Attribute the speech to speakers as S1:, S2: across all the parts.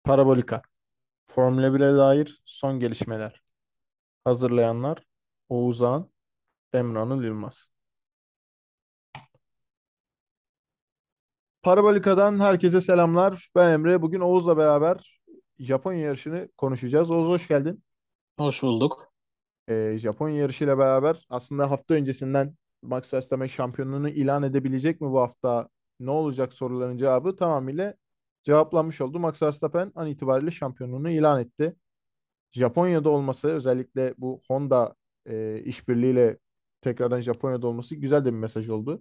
S1: Parabolika. Formula 1'e dair son gelişmeler. Hazırlayanlar Oğuzhan, Emre Anıl Yılmaz. Parabolika'dan herkese selamlar. Ben Emre. Bugün Oğuz'la beraber Japonya yarışını konuşacağız. Oğuz hoş geldin.
S2: Hoş bulduk.
S1: Japonya yarışıyla beraber aslında hafta öncesinden Max Verstappen şampiyonluğunu ilan edebilecek mi bu hafta? Ne olacak soruların cevabı tamamıyla cevaplanmış oldu. Max Verstappen an itibariyle şampiyonluğunu ilan etti. Japonya'da olması özellikle bu Honda işbirliğiyle tekrardan Japonya'da olması güzel de bir mesaj oldu.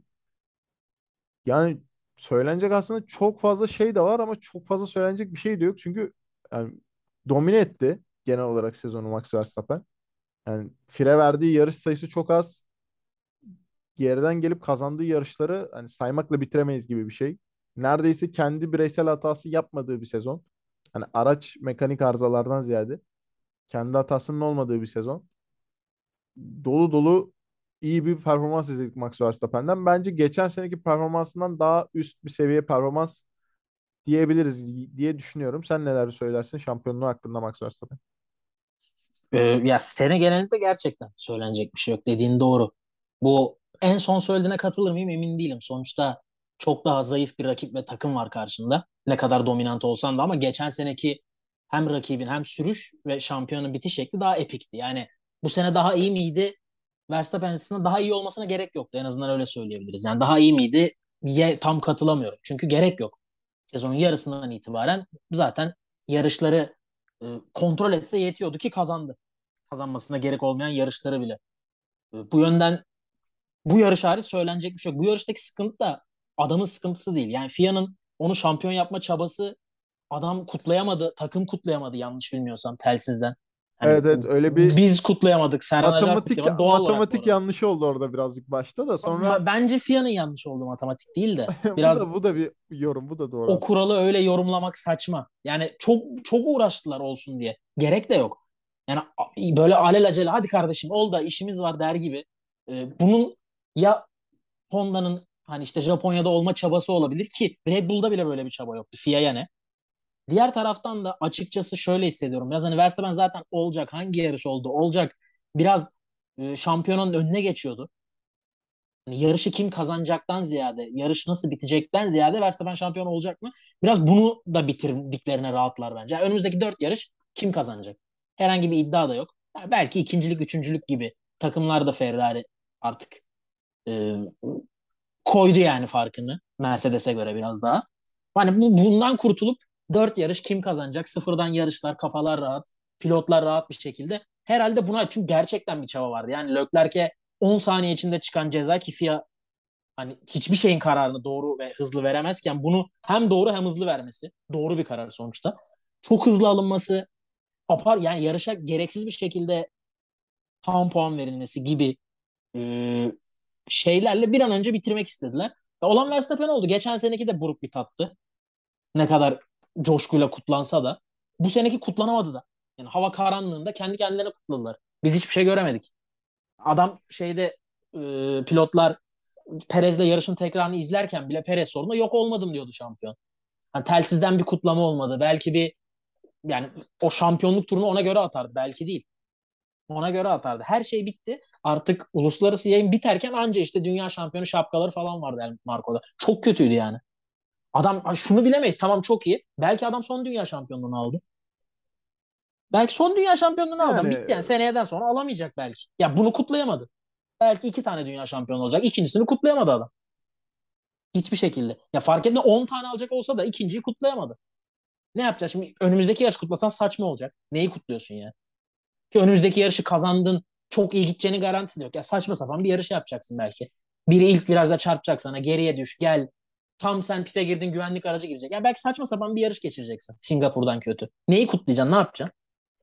S1: Yani söylenecek aslında çok fazla şey de var ama çok fazla söylenecek bir şey de yok. Çünkü yani domine etti genel olarak sezonu Max Verstappen. Yani fire verdiği yarış sayısı çok az. Geriden gelip kazandığı yarışları hani saymakla bitiremeyiz gibi bir şey. Neredeyse kendi bireysel hatası yapmadığı bir sezon. Hani araç mekanik arızalardan ziyade kendi hatasının olmadığı bir sezon. Dolu dolu iyi bir performans izledik Max Verstappen'den. Bence geçen seneki performansından daha üst bir seviye performans diyebiliriz diye düşünüyorum. Sen neler söylersin şampiyonluğu hakkında Max Verstappen?
S2: Ya sene genelinde gerçekten söylenecek bir şey yok. Dediğin doğru. Bu en son söylediğine katılır mıyım emin değilim. Sonuçta çok daha zayıf bir rakip ve takım var karşında. Ne kadar dominant olsan da ama geçen seneki hem rakibin hem sürüş ve şampiyonun bitiş şekli daha epikti. Yani bu sene daha iyi miydi? Verstappen açısından daha iyi olmasına gerek yoktu. En azından öyle söyleyebiliriz. Yani daha iyi miydi? Tam katılamıyorum. Çünkü gerek yok. Sezonun yarısından itibaren zaten yarışları kontrol etse yetiyordu ki kazandı. Kazanmasına gerek olmayan yarışları bile. Bu yönden bu yarış hariç söylenecek bir şey yok. Bu yarıştaki sıkıntı da adamın sıkıntısı değil. Yani FIA'nın onu şampiyon yapma çabası adam kutlayamadı. Takım kutlayamadı yanlış bilmiyorsam telsizden. Hani
S1: Evet, evet, öyle bir
S2: biz kutlayamadık. Serhan Acar
S1: matematik
S2: kutlayamadı. Doğal olarak bu
S1: matematik
S2: arada.
S1: yanlışı oldu orada birazcık başta da sonra
S2: Bence FIA'nın yanlış olduğu matematik değil de
S1: bu da
S2: biraz
S1: bu da bir yorum, bu da doğru
S2: o
S1: aslında.
S2: kuralı öyle yorumlamak saçma. Yani çok çok uğraştılar olsun diye. Gerek de yok. Yani böyle alelacele hadi kardeşim ol da işimiz var der gibi. Bunun ya Honda'nın hani işte Japonya'da olma çabası olabilir ki Red Bull'da bile böyle bir çaba yoktu. FIA'ya ne? Diğer taraftan da açıkçası şöyle hissediyorum. Biraz hani Verstappen zaten olacak. Hangi yarış oldu? Olacak. Biraz şampiyonun önüne geçiyordu. Hani yarışı kim kazanacaktan ziyade, yarış nasıl bitecekten ziyade Verstappen şampiyon olacak mı? Biraz bunu da bitirdiklerine rahatlar bence. Yani önümüzdeki 4 yarış kim kazanacak? Herhangi bir iddia da yok. Yani belki ikincilik, üçüncülük gibi takımlar da Ferrari artık e, koydu yani farkını Mercedes'e göre biraz daha. Hani bundan kurtulup 4 yarış kim kazanacak? Sıfırdan yarışlar, kafalar rahat, pilotlar rahat bir şekilde. Herhalde buna çünkü gerçekten bir çaba vardı. Yani Leclerc'e 10 saniye içinde çıkan ceza ki FIA hani hiçbir şeyin kararını doğru ve hızlı veremezken bunu hem doğru hem hızlı vermesi. Doğru bir karar sonuçta. Çok hızlı alınması, yani yarışa gereksiz bir şekilde tam puan verilmesi gibi e, şeylerle bir an önce bitirmek istediler. Olan Verstappen oldu. Geçen seneki de buruk bir tattı. Ne kadar coşkuyla kutlansa da. Bu seneki kutlanamadı da. Yani hava karanlığında kendi kendilerine kutladılar. Biz hiçbir şey göremedik. Adam şeyde pilotlar Perez'le yarışın tekrarını izlerken bile Perez sorunu yok olmadım diyordu şampiyon. Hani telsizden bir kutlama olmadı. Belki bir yani o şampiyonluk turunu ona göre atardı. Belki değil. Ona göre atardı. Her şey bitti. Artık uluslararası yayın biterken anca işte dünya şampiyonu şapkaları falan vardı yani Marco'da. Çok kötüydü yani. Adam şunu bilemeyiz. Tamam çok iyi. Belki adam son dünya şampiyonluğunu aldı. Belki son dünya şampiyonluğunu aldı.
S1: Yani
S2: Bitti yani. Seneyeden sonra alamayacak belki. Ya bunu kutlayamadı. Belki iki tane dünya şampiyonu olacak. İkincisini kutlayamadı adam. Hiçbir şekilde. Ya fark etme 10 tane alacak olsa da ikinciyi kutlayamadı. Ne yapacağız şimdi? Önümüzdeki yarış kutlasan saçma olacak. Neyi kutluyorsun ya? Ki önümüzdeki yarışı kazandın. Çok iyi gideceğini garantisi de yok. Ya saçma sapan bir yarış yapacaksın belki. Biri ilk virajda çarpacak sana. Geriye düş gel. Tam sen pite girdin güvenlik aracı girecek. Ya belki saçma sapan bir yarış geçireceksin. Singapur'dan kötü. Neyi kutlayacaksın? Ne yapacaksın?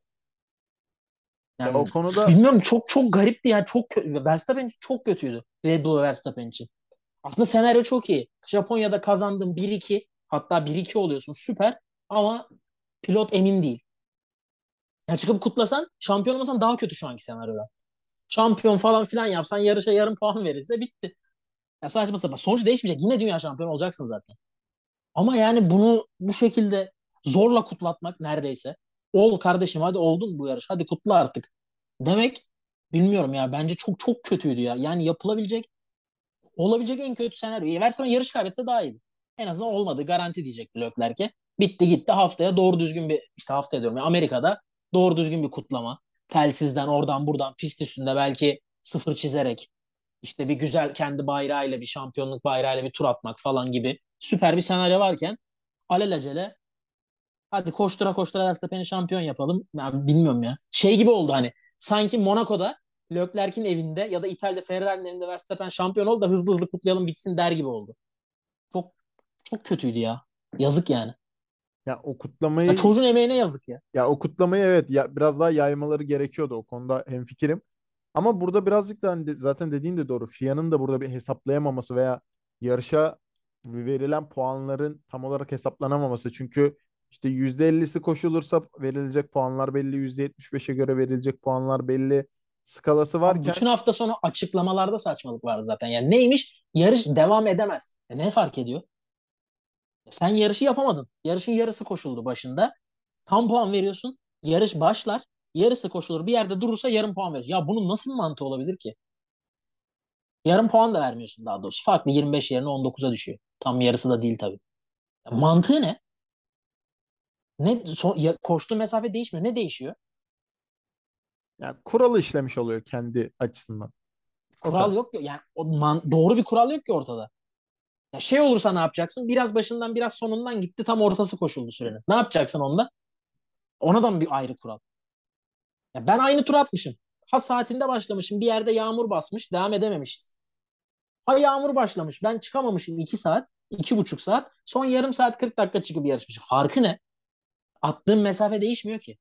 S1: ya
S2: Yani
S1: o konuda
S2: bilmiyorum çok çok garipti yani çok kötü. Verstappen için çok kötüydü. Red Bull ve Verstappen için. Aslında senaryo çok iyi. Japonya'da kazandın 1-2 hatta 1-2 oluyorsun süper ama pilot emin değil. Ya çıkıp kutlasan şampiyon olmasan daha kötü şu anki senaryoda. Şampiyon falan filan yapsan yarışa yarım puan verirse bitti. Ya saçma sapan. Sonuç değişmeyecek. Yine dünya şampiyonu olacaksın zaten. Ama yani bunu bu şekilde zorla kutlatmak neredeyse. Ol kardeşim, hadi oldun bu yarış. Hadi kutla artık. Demek, bilmiyorum ya, bence çok çok kötüydü ya. Yani olabilecek en kötü senaryo. Verstappen yarış kaybetse daha iyiydi. En azından olmadı. Garanti diyecekti Leclerc'e. Bitti gitti, haftaya doğru düzgün bir, işte haftaya diyorum ya, Amerika'da doğru düzgün bir kutlama. Telsizden oradan buradan pist üstünde belki sıfır çizerek işte bir güzel kendi bayrağıyla, bir şampiyonluk bayrağıyla bir tur atmak falan gibi süper bir senaryo varken alelacele hadi koştura koştura Verstappen'i şampiyon yapalım. Ya bilmiyorum ya. Şey gibi oldu hani, sanki Monaco'da Leclerc'in evinde ya da İtalya'da Ferrari'nin evinde Verstappen şampiyon oldu da hızlı hızlı kutlayalım bitsin der gibi oldu. Çok çok kötüydü ya. Yazık yani.
S1: Ya o
S2: Ya
S1: kutlamayı
S2: çocuğun emeğine yazık ya.
S1: Ya o kutlamayı evet ya biraz daha yaymaları gerekiyordu, o konuda hemfikirim. Ama burada birazcık da hani zaten dediğin de doğru. FIA'nın da burada bir hesaplayamaması veya yarışa verilen puanların tam olarak hesaplanamaması. Çünkü işte %50'si koşulursa verilecek puanlar belli, %75'e göre verilecek puanlar belli skalası
S2: Abi
S1: varken
S2: bütün hafta sonu açıklamalarda saçmalık vardı zaten. Yani neymiş? Yarış devam edemez. Ne fark ediyor? Sen yarışı yapamadın. Yarışın yarısı koşuldu başında. Tam puan veriyorsun. Yarış başlar. Yarısı koşulur. Bir yerde durursa yarım puan veriyorsun. Ya bunun nasıl bir mantığı olabilir ki? Yarım puan da vermiyorsun daha doğrusu. Farklı 25 yerine 19'a düşüyor. Tam yarısı da değil tabii. Ya mantığı ne? Koştuğun mesafe değişmiyor. Ne değişiyor?
S1: yani kuralı işlemiş oluyor kendi açısından. O
S2: Kural
S1: kadar.
S2: yok ki. Yani doğru bir kural yok ki ortada. Ya şey olursa ne yapacaksın? Biraz başından biraz sonundan gitti. Tam ortası koşuldu sürenin. Ne yapacaksın onda? Ona da mı bir ayrı kural? Ya ben aynı tur atmışım. Ha saatinde başlamışım. Bir yerde yağmur basmış. Devam edememişiz. Ha yağmur başlamış. Ben çıkamamışım 2 saat. 2,5 saat. Son yarım saat 40 dakika çıkıp yarışmışım. Farkı ne? Attığım mesafe değişmiyor ki.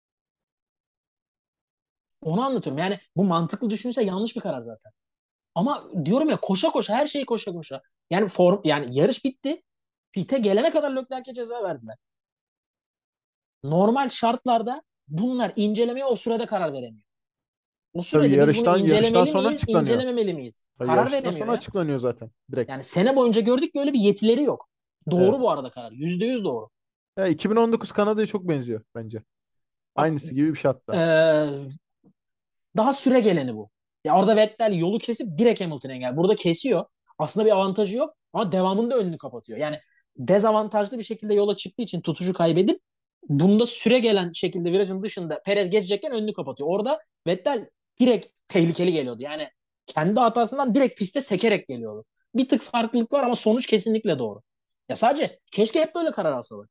S2: Onu anlatıyorum. Yani bu mantıklı düşünürse yanlış bir karar zaten. Ama diyorum ya, koşa koşa, her şeyi koşa koşa. Yani yani yarış bitti. Pite gelene kadar Leclerc'e ceza verdiler. Normal şartlarda bunlar incelemeye o sürede karar veremiyor. O
S1: Tabii
S2: sürede biz bunu
S1: yarıştan
S2: incelemeli
S1: sonra
S2: miyiz,
S1: açıklanıyor.
S2: incelememeli miyiz?
S1: Tabii
S2: Karar
S1: yarıştan
S2: veremiyor
S1: sonra
S2: ya.
S1: açıklanıyor zaten direkt.
S2: Yani sene boyunca gördük ki öyle bir yetileri yok. Doğru
S1: Evet.
S2: bu arada karar. %100 doğru.
S1: Ya 2019 Kanada'ya çok benziyor bence.
S2: Bak,
S1: Aynısı gibi bir şey hatta.
S2: daha süre geleni bu. Ya orada Vettel yolu kesip direkt Hamilton'a engel. Burada kesiyor. Aslında bir avantajı yok ama devamında önünü kapatıyor. Yani dezavantajlı bir şekilde yola çıktığı için tutucu kaybedip bunda süre gelen şekilde virajın dışında Perez geçecekken önünü kapatıyor. Orada Vettel direkt tehlikeli geliyordu. Yani kendi hatasından direkt piste sekerek geliyordu. Bir tık farklılık var ama sonuç kesinlikle doğru. Ya sadece keşke hep böyle karar alsalar.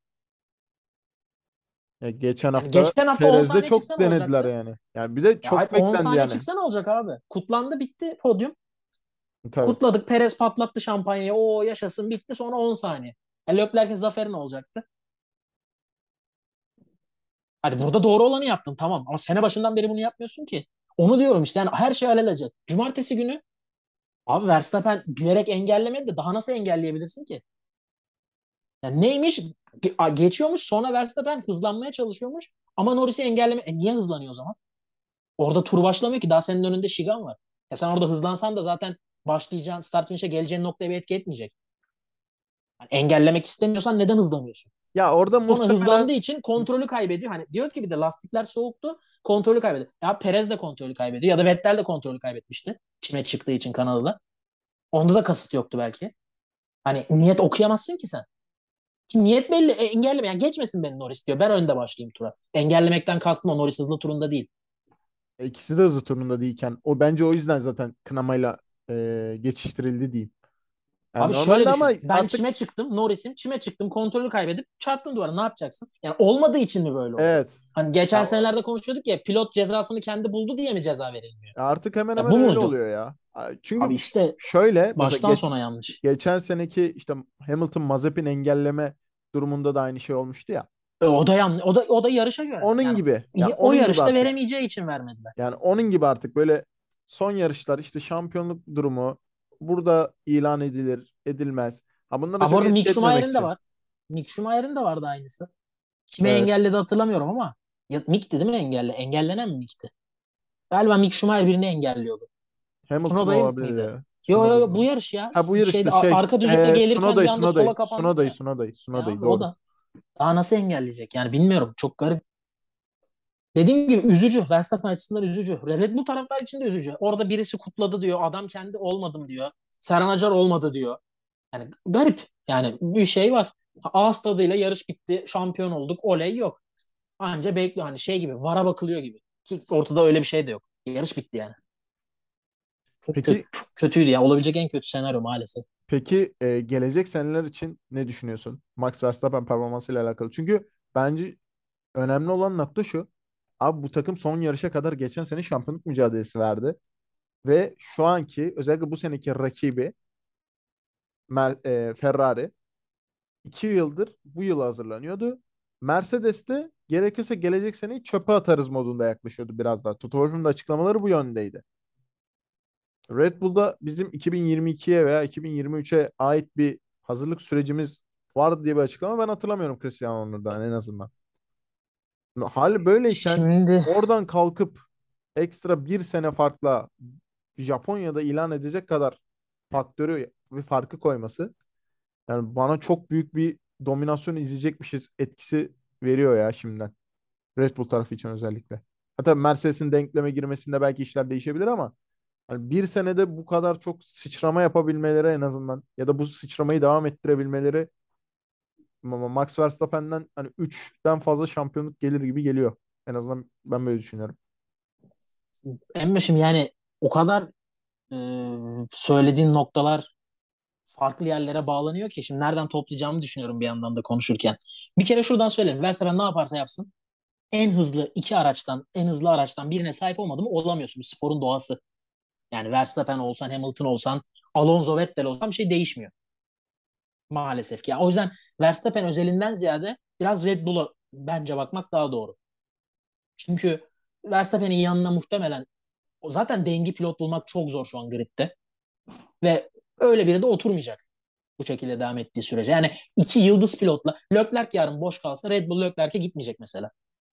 S1: Ya geçen
S2: Yani
S1: hafta
S2: geçen hafta 10
S1: Perez'de
S2: saniye çıksa
S1: çok
S2: ne
S1: denediler
S2: olacaktı?
S1: yani. Yani bir de
S2: Ya hayır,
S1: çok
S2: 10
S1: beklendi
S2: saniye
S1: yani.
S2: çıksa ne olacak abi? Kutlandı, bitti podyum.
S1: Tabii.
S2: Kutladık. Perez patlattı şampanyayı. O yaşasın, bitti. Sonra 10 saniye. Leclerc'in zaferi ne olacaktı? Hadi burada doğru olanı yaptın, tamam. Ama sene başından beri bunu yapmıyorsun ki. Onu diyorum işte. Yani her şey alelacele. Cumartesi günü abi Verstappen bilerek engellemedi de daha nasıl engelleyebilirsin ki? Yani neymiş? Geçiyormuş, sonra Verstappen hızlanmaya çalışıyormuş. Ama Norris'i engelleme. Niye hızlanıyor o zaman? Orada tur başlamıyor ki. Daha senin önünde Şigan var. Ya sen orada hızlansan da zaten başlayacağın, start finish'e geleceğin noktaya bir etki etmeyecek. Yani engellemek istemiyorsan neden hızlanıyorsun?
S1: Ya orada
S2: Sonra
S1: muhtemelen
S2: hızlandığı için kontrolü kaybediyor. Hani diyor ki bir de lastikler soğuktu. Kontrolü kaybediyor. Ya Perez de kontrolü kaybediyor. Ya da Vettel de kontrolü kaybetmişti. Çime çıktığı için Kanada'da. Onda da kasıt yoktu belki. Hani niyet okuyamazsın ki sen. Ki niyet belli. Engelleme. Yani geçmesin beni Norris diyor. Ben önde başlayayım tura. Engellemekten kastım o Norris hızlı turunda değil.
S1: ikisi de hızlı turunda değilken o bence o yüzden zaten kınamayla geçiştirildi diyeyim. Yani
S2: Abi şöyle
S1: normalde ama
S2: düşün. Ben
S1: artık
S2: çime çıktım. Norris'im. Çime çıktım. Kontrolü kaybedip çarptım duvara. Ne yapacaksın? Yani olmadığı için mi böyle oldu?
S1: evet.
S2: Hani geçen
S1: Ya,
S2: senelerde konuşuyorduk ya, pilot cezasını kendi buldu diye mi ceza verilmiyor?
S1: artık hemen
S2: Ya
S1: hemen
S2: bu
S1: öyle
S2: muydu?
S1: oluyor ya.
S2: Abi
S1: Çünkü
S2: işte
S1: şöyle mesela
S2: baştan sona yanlış.
S1: geçen seneki işte Hamilton Mazepin engelleme durumunda da aynı şey olmuştu ya.
S2: O da yanlış. O da yarışa göre.
S1: Onun
S2: Yani
S1: gibi. Ya
S2: o
S1: onun gibi
S2: yarışta
S1: artık.
S2: veremeyeceği için vermediler.
S1: Yani onun gibi artık böyle son yarışlar işte şampiyonluk durumu burada ilan edilir, edilmez. Ha bunlara
S2: Abi
S1: çok
S2: orada
S1: etki
S2: Mick
S1: etmemek
S2: Schumacher'in de
S1: için.
S2: var. Mick Schumacher'in de vardı aynısı. Kime
S1: Evet.
S2: engelledi hatırlamıyorum ama. Ya, Mick'ti değil mi Engellenen mi Mick'ti? Galiba Mick Schumacher birini engelliyordu.
S1: Hamilton
S2: Tsunoda'yı
S1: olabilir
S2: mıydı?
S1: ya.
S2: Yo yo
S1: Tsunoda da
S2: yo, bu
S1: olabilir.
S2: yarış ya.
S1: Ha bu yarışta
S2: Şeyde arka düzlükte gelirken bir anda sola kapandık ya.
S1: Sunoda'yı
S2: Ya abi o
S1: doğru.
S2: da. Daha nasıl engelleyecek? Yani bilmiyorum. Çok garip. Dediğim gibi üzücü. Verstappen açısından üzücü. Red Bull taraftar için de üzücü. Orada birisi kutladı diyor. Adam kendi olmadım diyor. Serhan Acar olmadı diyor. Yani garip. Yani bir şey var. Ağız tadıyla yarış bitti. Şampiyon olduk. Oley yok. Anca bekliyor. Hani şey gibi. VAR'a bakılıyor gibi. Ki ortada öyle bir şey de yok. Yarış bitti yani. Çok kötü,
S1: Peki
S2: çok kötüydü ya. Olabilecek en kötü senaryo maalesef.
S1: peki gelecek seneler için ne düşünüyorsun? Max Verstappen performansıyla alakalı. Çünkü bence önemli olan nokta şu. Abi bu takım son yarışa kadar geçen sene şampiyonluk mücadelesi verdi. Ve şu anki özellikle bu seneki rakibi Ferrari 2 yıldır bu yıla hazırlanıyordu. Mercedes de gerekirse gelecek seneyi çöpe atarız modunda yaklaşıyordu biraz daha. Toto Wolff'un da açıklamaları bu yöndeydi. Red Bull'da bizim 2022'ye veya 2023'e ait bir hazırlık sürecimiz vardı diye bir açıklama ben hatırlamıyorum Cristiano Ronaldo'dan en azından. Hal böyleyken
S2: Şimdi
S1: oradan kalkıp ekstra bir sene farkla Japonya'da ilan edecek kadar faktörü ve farkı koyması yani bana çok büyük bir dominasyon izleyecekmişiz etkisi veriyor ya şimdiden. Red Bull tarafı için özellikle. Hatta Mercedes'in denkleme girmesinde belki işler değişebilir ama hani bir senede bu kadar çok sıçrama yapabilmeleri en azından ya da bu sıçramayı devam ettirebilmeleri Max Verstappen'den hani üçten fazla şampiyonluk gelir gibi geliyor. En azından ben böyle düşünüyorum.
S2: Emre'şim yani o kadar söylediğin noktalar farklı yerlere bağlanıyor ki şimdi nereden toplayacağımı düşünüyorum bir yandan da konuşurken. Bir kere şuradan söyleyelim. Verstappen ne yaparsa yapsın en hızlı iki araçtan, en hızlı araçtan birine sahip olmadı mı olamıyorsun. Bu sporun doğası. Yani Verstappen olsan, Hamilton olsan, Alonso Vettel olsan bir şey değişmiyor. Maalesef ki. Yani o yüzden Verstappen özelinden ziyade biraz Red Bull'a bence bakmak daha doğru. Çünkü Verstappen'in yanına muhtemelen zaten dengi pilot bulmak çok zor şu an gridde. Ve öyle biri de oturmayacak bu şekilde devam ettiği sürece. Yani iki yıldız pilotla Leclerc yarın boş kalsa Red Bull Leclerc'e gitmeyecek mesela.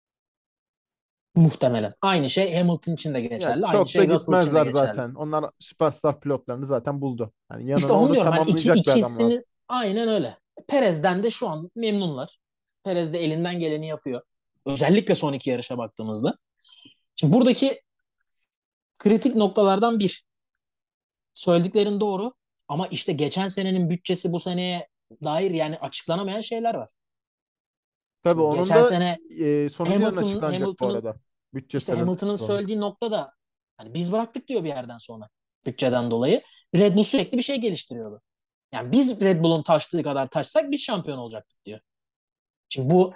S2: Muhtemelen. Aynı şey Hamilton için de
S1: Ya
S2: geçerli. Aynı
S1: çok da
S2: şey Russell için de
S1: gitmezler
S2: geçerli.
S1: zaten. Onlar süperstar pilotlarını zaten buldu. Yani
S2: İşte
S1: yanına
S2: onu
S1: onu
S2: diyorum. Hani
S1: tamamlayacak bir adam lazım.
S2: ikisini aynen öyle. Perez'den de şu an memnunlar. Perez de elinden geleni yapıyor. Özellikle son iki yarışa baktığımızda. Şimdi buradaki kritik noktalardan bir. Söylediklerin doğru. Ama işte geçen senenin bütçesi bu seneye dair yani açıklanamayan şeyler var.
S1: Tabii
S2: Şimdi
S1: onun
S2: geçen
S1: da
S2: sene
S1: sonucu yarın açıklanacak bu
S2: Hamilton'ın
S1: arada.
S2: işte
S1: Bütçesinin
S2: Hamilton'ın
S1: sonu.
S2: söylediği noktada hani biz bıraktık diyor bir yerden sonra bütçeden dolayı. Red Bull sürekli bir şey geliştiriyordu. Yani biz Red Bull'un taştığı kadar taşsak biz şampiyon olacaktık diyor. Şimdi bu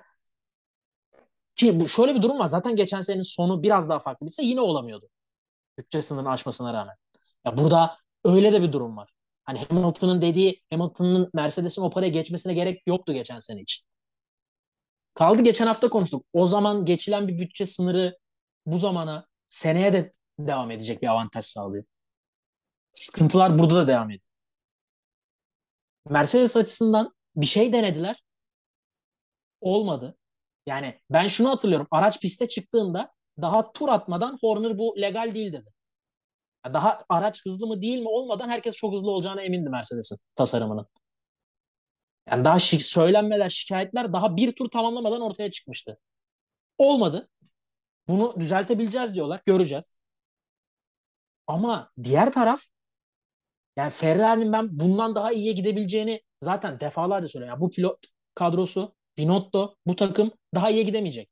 S2: ki bu şöyle bir durum var. Zaten geçen senenin sonu biraz daha farklı bitse yine olamıyordu. Bütçe sınırını aşmasına rağmen. Ya burada öyle de bir durum var. Hani Hamilton'ın dediği Hamilton'ın Mercedes'in o paraya geçmesine gerek yoktu geçen sene için. Kaldı geçen hafta konuştuk. O zaman geçilen bir bütçe sınırı bu zamana seneye de devam edecek bir avantaj sağlıyor. Sıkıntılar burada da devam ediyor. Mercedes açısından bir şey denediler. Olmadı. Yani ben şunu hatırlıyorum. Araç piste çıktığında daha tur atmadan Horner bu legal değil dedi. Daha araç hızlı mı değil mi olmadan herkes çok hızlı olacağına emindi Mercedes'in tasarımının. Yani daha söylenmeler, şikayetler daha bir tur tamamlamadan ortaya çıkmıştı. Olmadı. Bunu düzeltebileceğiz diyorlar. Göreceğiz. Ama diğer taraf yani Ferrari'nin ben bundan daha iyiye gidebileceğini zaten defalarca söylüyorum. Yani bu pilot kadrosu, Binotto, bu takım daha iyiye gidemeyecek.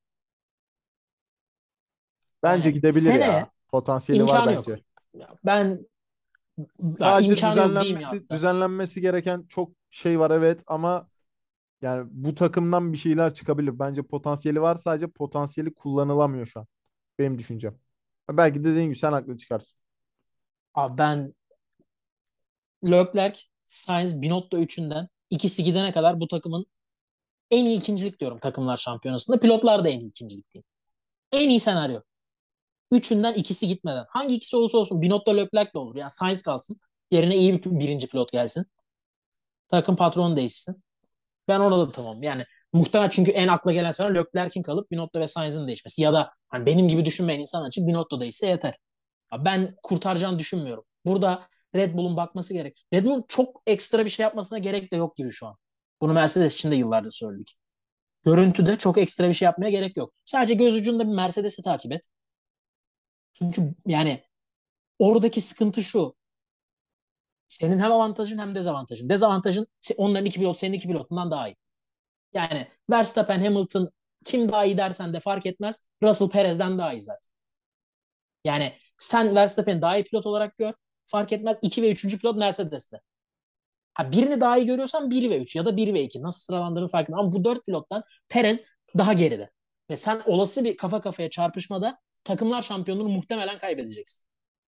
S1: Bence
S2: Yani
S1: gidebilir
S2: seneye
S1: ya. Potansiyeli var
S2: imkanı yok.
S1: bence.
S2: Ben ya
S1: Sadece
S2: imkanı yok diyeyim ya
S1: düzenlenmesi
S2: hatta.
S1: düzenlenmesi gereken çok şey var evet ama yani bu takımdan bir şeyler çıkabilir. Bence potansiyeli var sadece potansiyeli kullanılamıyor şu an. Benim düşüncem. Belki dediğin gibi sen haklı çıkarsın.
S2: Abi ben Leclerc, Sainz, Binotto üçünden ikisi gidene kadar bu takımın en iyi ikincilik diyorum takımlar şampiyonasında. Pilotlar da en iyi ikincilik diyeyim. En iyi senaryo. Üçünden ikisi gitmeden. Hangi ikisi olursa olsun Binotto Leclerc de olur. Yani Sainz kalsın. Yerine iyi bir birinci pilot gelsin. Takım patronu değişsin. Ben ona da tamam. Yani muhtemelen çünkü en akla gelen senaryo Leclerc'in kalıp Binotto ve Sainz'in değişmesi. Ya da hani benim gibi düşünmeyen insan için Binotto değişse yeter. Ben kurtaracağını düşünmüyorum. Burada Red Bull'un bakması gerek. Red Bull'un çok ekstra bir şey yapmasına gerek de yok gibi şu an. Bunu Mercedes için de yıllardır söyledik. Görüntüde çok ekstra bir şey yapmaya gerek yok. Sadece göz ucunda bir Mercedes'i takip et. Çünkü yani oradaki sıkıntı şu. Senin hem avantajın hem dezavantajın. Dezavantajın onların iki pilot senin iki pilotundan daha iyi. Yani Verstappen, Hamilton kim daha iyi dersen de fark etmez. Russell Perez'den daha iyi zaten. Yani sen Verstappen'i daha iyi pilot olarak gör. Fark etmez. 2 ve üçüncü pilot Mercedes'te. Ha, birini daha iyi görüyorsan bir ve 3 ya da bir ve 2 nasıl sıralandığını fark etmez. Ama bu 4 pilottan Perez daha geride. Ve sen olası bir kafa kafaya çarpışmada takımlar şampiyonluğunu muhtemelen kaybedeceksin.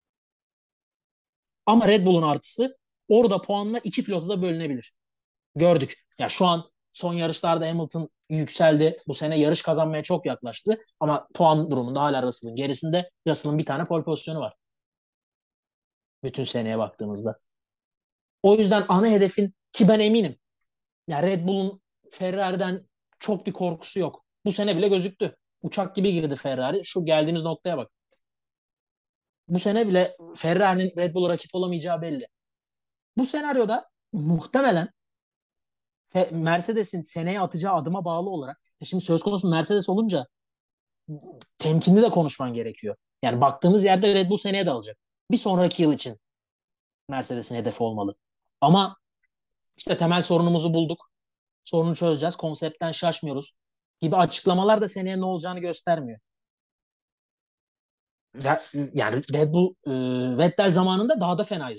S2: Ama Red Bull'un artısı orada puanla iki pilota da bölünebilir. Gördük. Ya şu an son yarışlarda Hamilton yükseldi. Bu sene yarış kazanmaya çok yaklaştı. Ama puan durumunda hala Russell'ın gerisinde. Russell'ın bir tane pole pozisyonu var. Bütün seneye baktığımızda. O yüzden ana hedefin ki ben eminim. Ya Red Bull'un Ferrari'den çok bir korkusu yok. Bu sene bile gözüktü. Uçak gibi girdi Ferrari. Şu geldiğimiz noktaya bak. Bu sene bile Ferrari'nin Red Bull'a rakip olamayacağı belli. Bu senaryoda muhtemelen Mercedes'in seneye atacağı adıma bağlı olarak şimdi söz konusu Mercedes olunca temkinli de konuşman gerekiyor. Yani baktığımız yerde Red Bull seneye de alacak. Bir sonraki yıl için Mercedes'in hedefi olmalı. Ama işte temel sorunumuzu bulduk. Sorunu çözeceğiz. Konseptten şaşmıyoruz gibi açıklamalar da seneye ne olacağını göstermiyor. Yani Red Bull Vettel zamanında daha da fenaydı.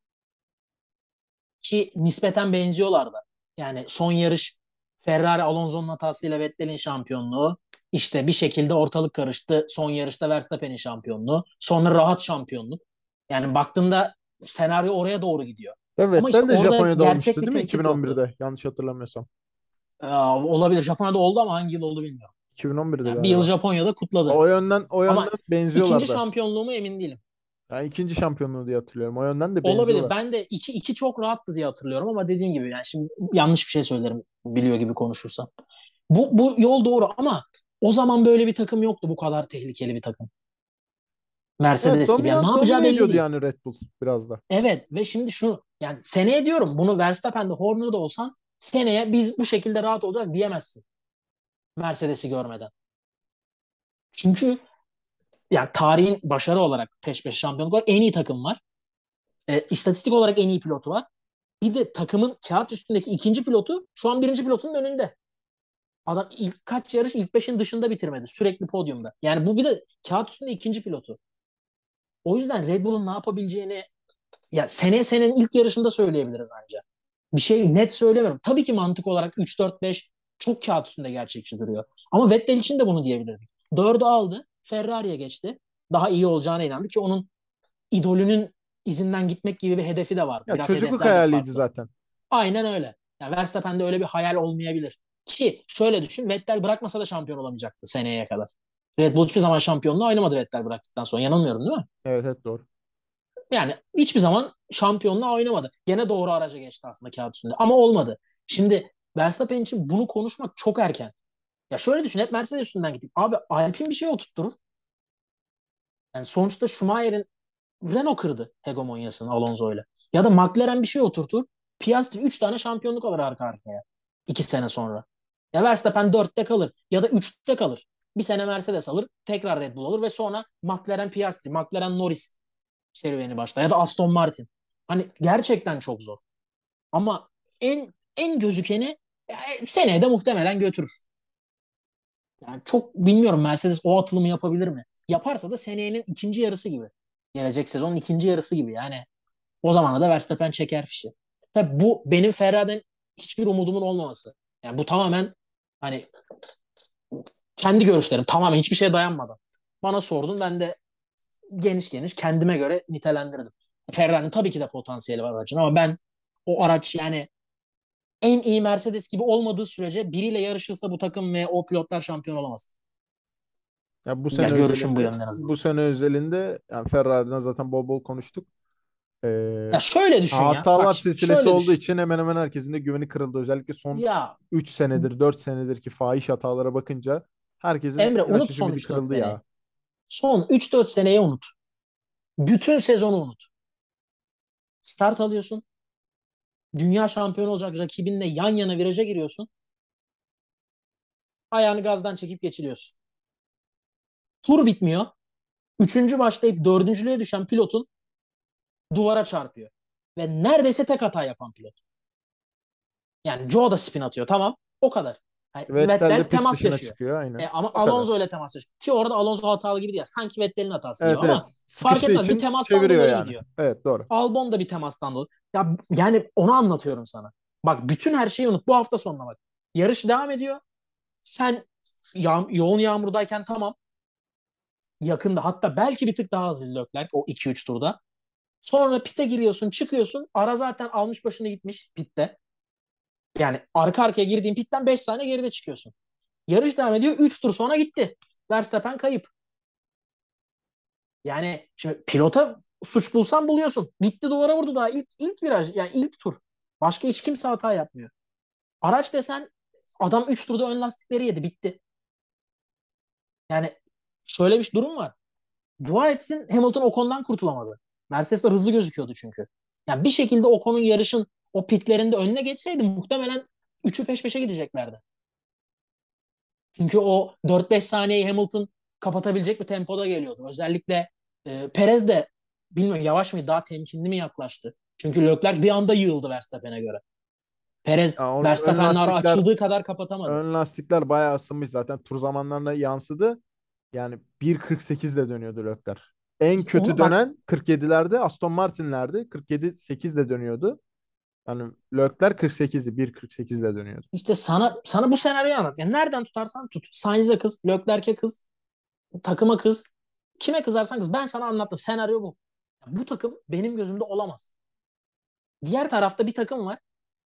S2: Ki nispeten benziyorlar da. Yani son yarış Ferrari Alonso'nun hatasıyla Vettel'in şampiyonluğu. İşte bir şekilde ortalık karıştı. Son yarışta Verstappen'in şampiyonluğu. Sonra rahat şampiyonluk. Yani baktığında senaryo oraya doğru gidiyor.
S1: Ve
S2: Ama işte
S1: Vettel de
S2: orada
S1: Japonya'da
S2: gerçek
S1: olmuştu
S2: bir
S1: değil mi?
S2: tehdit yoktu.
S1: 2011'de yanlış hatırlamıyorsam.
S2: Olabilir. Japonya'da oldu ama hangi yıl oldu bilmiyorum.
S1: 2011'de
S2: Yani bir yıl
S1: galiba.
S2: Japonya'da kutladı.
S1: O yönden
S2: Ama ikinci
S1: benziyorlardı.
S2: şampiyonluğumu emin değilim.
S1: Yani ikinci şampiyonluğu diye hatırlıyorum. O yönden de
S2: Olabilir.
S1: benziyorlar.
S2: Ben de iki çok rahattı diye hatırlıyorum ama dediğim gibi yani şimdi yanlış bir şey söylerim biliyor gibi konuşursam. Bu yol doğru ama o zaman böyle bir takım yoktu. Bu kadar tehlikeli bir takım.
S1: Evet,
S2: Mercedes gibi. Yani ne yapacağı
S1: domine
S2: belli
S1: ediyordu
S2: değil.
S1: yani Red Bull biraz da.
S2: Evet ve şimdi şunu yani seneye diyorum bunu Verstappen'de Horner'da olsan seneye biz bu şekilde rahat olacağız diyemezsin. Mercedes'i görmeden. Çünkü yani tarihin başarı olarak peş peşe şampiyonluk olarak en iyi takım var. İstatistik olarak en iyi pilotu var. Bir de takımın kağıt üstündeki ikinci pilotu şu an birinci pilotunun önünde. Adam ilk kaç yarış ilk beşin dışında bitirmedi. Sürekli podyumda. Yani bu bir de kağıt üstünde ikinci pilotu. O yüzden Red Bull'un ne yapabileceğini ya senenin ilk yarışında söyleyebiliriz ancak. Bir şey net söylemiyorum. Tabii ki mantık olarak 3 4 5 çok kağıt üstünde gerçekçi duruyor. Ama Vettel için de bunu diyebilirdik. 4'ü aldı. Ferrari'ye geçti. Daha iyi olacağına inandı ki onun idolünün izinden gitmek gibi bir hedefi de vardı.
S1: Ya
S2: Biraz
S1: çocukluk
S2: hedefler de
S1: hayaliydi
S2: farklı.
S1: zaten.
S2: Aynen öyle. Yani Verstappen'de öyle bir hayal olmayabilir. Ki şöyle düşün Vettel bırakmasa da şampiyon olamayacaktı seneye kadar. Red Bull hiçbir zaman şampiyonluğu oynamadı Vettel bıraktıktan sonra. Yanılmıyorum değil mi?
S1: Evet, evet, doğru.
S2: Yani hiçbir zaman şampiyonluğu oynamadı. Gene doğru araca geçti aslında kağıt üstünde. Ama olmadı. Şimdi Verstappen için bunu konuşmak çok erken. Ya şöyle düşün hep Mercedes üstünden gittik. Abi Alpine bir şey oturtturur. Yani sonuçta Schumacher'in Renault kırdı hegemonyasını Alonso'yla. Ya da McLaren bir şey oturtur. Piastri 3 tane şampiyonluk alır arka arkaya. 2 sene sonra. Ya Verstappen 4'te kalır. Ya da 3'te kalır. Bir sene Mercedes alır. Tekrar Red Bull alır. Ve sonra McLaren Piastri, McLaren Norris serüveni başlar. Ya da Aston Martin. Hani gerçekten çok zor. Ama en gözükeni seneye de muhtemelen götürür. Yani çok bilmiyorum Mercedes o atılımı yapabilir mi? Yaparsa da seneyenin ikinci yarısı gibi. Gelecek sezonun ikinci yarısı gibi. Yani o zamana da Verstappen çeker fişi. Tabii bu benim Ferrari'den hiçbir umudumun olmaması. Yani bu tamamen hani kendi görüşlerim. Tamamen hiçbir şeye dayanmadan. Bana sordun ben de geniş geniş kendime göre nitelendirdim. Ferrari'nin tabii ki de potansiyeli var aracın ama ben o araç yani en iyi Mercedes gibi olmadığı sürece biriyle yarışırsa bu takım ve o pilotlar şampiyon olamaz.
S1: Ya bu
S2: Ya
S1: sene
S2: görüşüm bu
S1: özelinde
S2: yönde en azından.
S1: bu sene özelinde yani Ferrari'den zaten bol bol konuştuk.
S2: Ya şöyle düşün ya. Bak
S1: Hatalar
S2: şimdi
S1: silsilesi
S2: şöyle
S1: olduğu
S2: düşün.
S1: için hemen hemen herkesin de güveni kırıldı. Özellikle son
S2: Ya
S1: 3 senedir, 4 senedir ki fahiş hatalara bakınca herkesin
S2: Emre
S1: yaş
S2: unut
S1: ümidi
S2: son
S1: bir
S2: 3-4
S1: kırıldı
S2: seneyi.
S1: ya.
S2: Son 3-4 seneyi unut. Bütün sezonu unut. Start alıyorsun. Dünya şampiyonu olacak rakibinle yan yana viraja giriyorsun. Ayağını gazdan çekip geçiliyorsun. Tur bitmiyor. Üçüncü başlayıp dördüncülüğe düşen pilotun duvara çarpıyor. Ve neredeyse tek hata yapan pilot. Yani Joe da spin atıyor, tamam. O kadar. Yani
S1: Vettel de
S2: Vettel
S1: pist
S2: temas
S1: dışına
S2: yaşıyor.
S1: çıkıyor aynen.
S2: Ama
S1: O kadar.
S2: Alonso ile temas yaşıyor. Ki orada Alonso hatalı gibi değil. Sanki Vettel'in hatası gibi
S1: Evet evet.
S2: ama fark
S1: Sıkıştığı
S2: etmez. Bir
S1: için
S2: temastan
S1: çeviriyor
S2: dolayı
S1: yani.
S2: gidiyor.
S1: Evet doğru.
S2: Albon da bir temastan dolayı. Ya yani onu anlatıyorum sana. Bak bütün her şeyi unut. Bu hafta sonuna bak. Yarış devam ediyor. Sen yoğun yağmurdayken tamam. Yakında, hatta belki bir tık daha hızlı Leclerc o 2-3 turda. Sonra pite giriyorsun, çıkıyorsun. Ara zaten almış başını gitmiş pitte. Yani arka arkaya girdiğin pitten 5 saniye geride çıkıyorsun. Yarış devam ediyor. 3 tur sonra gitti. Verstappen kayıp. Yani şimdi pilota suç bulsan buluyorsun. Gitti duvara vurdu daha ilk viraj, yani ilk tur. Başka hiç kimse hata yapmıyor. Araç desen adam 3 turda ön lastikleri yedi, bitti. Yani şöyle bir durum var. Dua etsin Hamilton Ocon'dan kurtulamadı. Mercedesler hızlı gözüküyordu çünkü. Yani bir şekilde Ocon'un yarışın o pitlerinde önüne geçseydi muhtemelen üçü peş peşe gideceklerdi. Çünkü o 4-5 saniyeyi Hamilton kapatabilecek bir tempoda geliyordu. Özellikle Perez de bilmiyorum yavaş mıydı, daha temkinli mi yaklaştı? Çünkü Leclerc bir anda yığıldı Verstappen'e göre. Perez
S1: Ya ön
S2: Verstappen'le ara
S1: lastikler
S2: açıldığı kadar kapatamadı.
S1: ön lastikler bayağı ısınmış zaten. Tur zamanlarına yansıdı. Yani 1.48 ile dönüyordu Leclerc. En
S2: İşte
S1: kötü
S2: onu bak,
S1: dönen 47'lerde Aston Martin'lerdi. 47-8 ile dönüyordu. Yani Leclerc 48'di. 1.48 ile dönüyordu.
S2: işte sana bu senaryoyu anlat. Yani nereden tutarsan tut. Sainz'e kız, Leclerc'e kız, takıma kız. Kime kızarsan kız. Ben sana anlattım. Senaryo bu. Bu takım benim gözümde olamaz. Diğer tarafta bir takım var.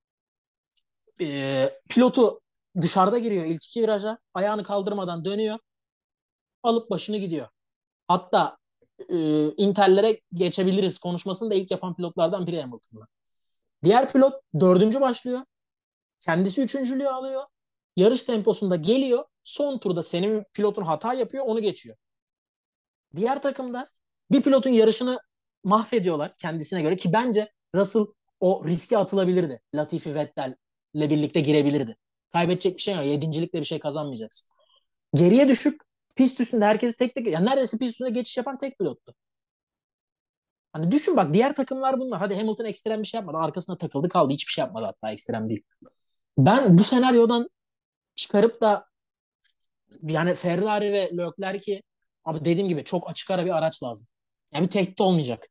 S2: Pilotu dışarıda giriyor ilk iki viraja. Ayağını kaldırmadan dönüyor. Alıp başını gidiyor. Hatta Inter'lere geçebiliriz konuşmasını da ilk yapan pilotlardan biri Hamilton'da. Diğer pilot dördüncü başlıyor. Kendisi üçüncülüğü alıyor. Yarış temposunda geliyor. Son turda senin pilotun hata yapıyor, onu geçiyor. Diğer takımda bir pilotun yarışını mahvediyorlar kendisine göre, ki bence Russell o riske atılabilirdi. Latifi Vettel'le birlikte girebilirdi. Kaybedecek bir şey yok. Yedincilikle bir şey kazanmayacaksın. Geriye düşüp pist üstünde herkesi tek tek, yani neredeyse pist üstünde geçiş yapan tek pilottu. Hani düşün bak, diğer takımlar bunlar. Hadi Hamilton ekstrem bir şey yapmadı. Arkasına takıldı kaldı. Hiçbir şey yapmadı, hatta ekstrem değil. Ben bu senaryodan çıkarıp da yani Ferrari ve Leclerc'i, abi dediğim gibi çok açık ara bir araç lazım. Yani bir tehdit olmayacak.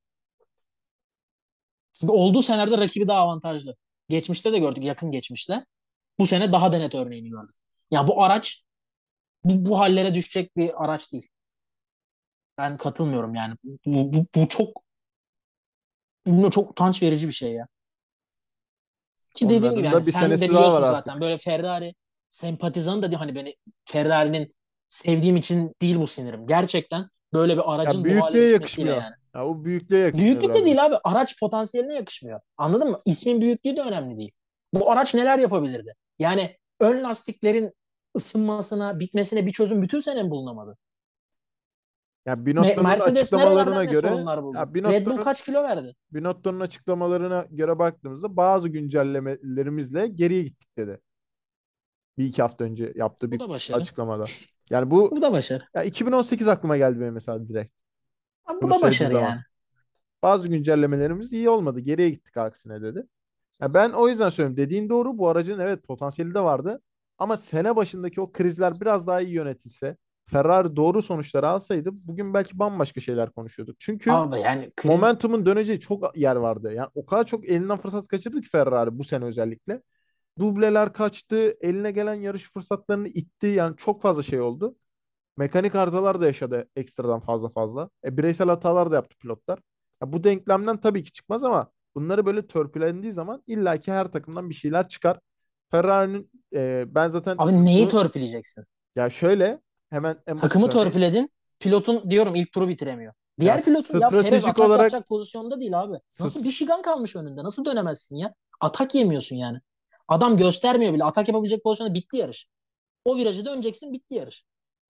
S2: Çünkü olduğu senaryoda rakibi daha avantajlı. Geçmişte de gördük, yakın geçmişte. Bu sene daha da net örneğini gördük. Ya bu araç bu hallere düşecek bir araç değil. Ben katılmıyorum yani. Bu çok, bilmiyorum, çok utanç verici bir şey ya. Ki dediğim gibi
S1: Onların
S2: yani
S1: da bir
S2: sen de
S1: senesi daha var
S2: biliyorsun zaten,
S1: artık.
S2: böyle Ferrari sempatizanı da değil, hani beni Ferrari'nin sevdiğim için değil bu sinirim. Gerçekten böyle bir
S1: Ya
S2: aracın bu hale
S1: büyüklüğe
S2: düşmesiyle
S1: yakışmıyor.
S2: yani.
S1: Ya o büyüklüğe yakışmıyor
S2: Büyüklük de
S1: biraz da.
S2: değil abi. Araç potansiyeline yakışmıyor. Anladın mı? İsmin büyüklüğü de önemli değil. Bu araç neler yapabilirdi? Yani ön lastiklerin ısınmasına, bitmesine bir çözüm bütün sene mi bulunamadı?
S1: Ya Binotto'nun
S2: Mercedes
S1: açıklamalarına
S2: nerelerden ne
S1: göre
S2: sorunlar buldu?
S1: ya
S2: Red Bull
S1: Binotto'nun
S2: kaç kilo verdi?
S1: Binotto'nun açıklamalarına göre baktığımızda bazı güncellemelerimizle geriye gittik dedi. Bir iki hafta önce yaptığı
S2: Bu
S1: bir
S2: da başarı.
S1: açıklamada. Yani bu
S2: Bu da başarı.
S1: ya 2018 aklıma geldi benim mesela direkt.
S2: Abi bu
S1: Bunu
S2: da
S1: söylediği
S2: başarı
S1: zaman.
S2: yani.
S1: Bazı güncellemelerimiz iyi olmadı. Geriye gittik aksine dedi. Ya ben o yüzden söylüyorum. Dediğin doğru. Bu aracın evet potansiyeli de vardı. Ama sene başındaki o krizler biraz daha iyi yönetilse, Ferrari doğru sonuçları alsaydı bugün belki bambaşka şeyler konuşuyorduk. Çünkü
S2: Abi yani kriz,
S1: momentumun döneceği çok yer vardı. Yani o kadar çok elinden fırsat kaçırdı ki Ferrari bu sene özellikle. Dubleler kaçtı, eline gelen yarış fırsatlarını itti. Yani çok fazla şey oldu. Mekanik arızalar da yaşadı ekstradan fazla fazla. Bireysel hatalar da yaptı pilotlar. Ya bu denklemden tabii ki çıkmaz ama bunları böyle törpülendiği zaman illaki her takımdan bir şeyler çıkar. Ferrari'nin ben zaten
S2: abi neyi
S1: bunu
S2: törpüleyeceksin?
S1: ya şöyle hemen en basit
S2: Takımı
S1: örneği
S2: törpüledin. Pilotun diyorum ilk turu bitiremiyor.
S1: ya
S2: Diğer pilotun, ya Perez
S1: stratejik
S2: atak
S1: olarak
S2: yapacak pozisyonda değil abi. Nasıl
S1: st-
S2: bir şigan kalmış önünde? Nasıl dönemezsin ya? Atak yemiyorsun yani. Adam göstermiyor bile. Atak yapabilecek pozisyonda, bitti yarış. O virajı döneceksin, bitti yarış.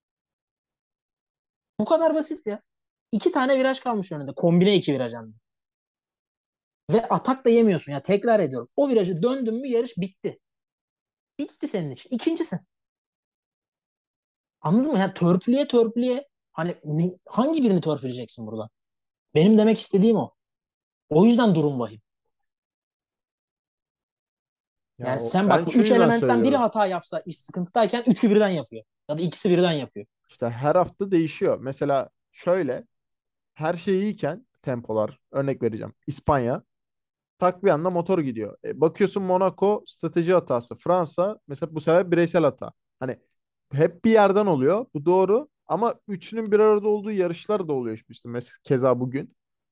S2: Bu kadar basit ya. İki tane viraj kalmış önünde. Kombine iki viraj hem de. Ve atak da yemiyorsun ya. Tekrar ediyorum. O virajı döndün mü yarış bitti. Bitti senin için. İkincisin. Anladın mı? Yani törpüleye törpüleye hani hangi birini törpüleyeceksin burada? Benim demek istediğim o. O yüzden durum vahim.
S1: Ya
S2: Yani sen
S1: ben
S2: bak bu
S1: şu
S2: üç
S1: yüzden
S2: elementten biri
S1: söylüyorum.
S2: hata yapsa iş sıkıntıdayken üçü birden yapıyor. Ya da ikisi birden yapıyor.
S1: İşte her hafta değişiyor. Mesela şöyle, her şey iyiyken tempolar, örnek vereceğim. İspanya tak bir anda motor gidiyor. Bakıyorsun Monaco strateji hatası. Fransa mesela bu sefer bireysel hata. Hani hep bir yerden oluyor. Bu doğru. Ama üçünün bir arada olduğu yarışlar da oluyor işte. Mesela keza bugün.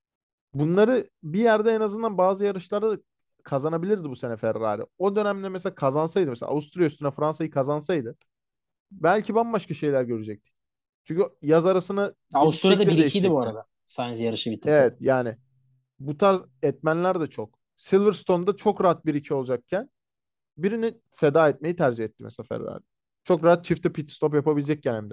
S1: Bunları bir yerde en azından bazı yarışlarda da kazanabilirdi bu sene Ferrari. O dönemde mesela kazansaydı, mesela Avusturya üstüne Fransa'yı kazansaydı belki bambaşka şeyler görecektik. Çünkü yaz arasını
S2: Avusturya'da
S1: gelişecekleri
S2: 1-2'ydi bu
S1: değişecekti.
S2: arada. Sainz yarışı bitirse.
S1: Evet yani bu tarz etmenler de çok. Silverstone'da çok rahat 1-2 olacakken birini feda etmeyi tercih etti mesela Ferrari. Çok rahat çifte pit stop yapabilecekken hem de.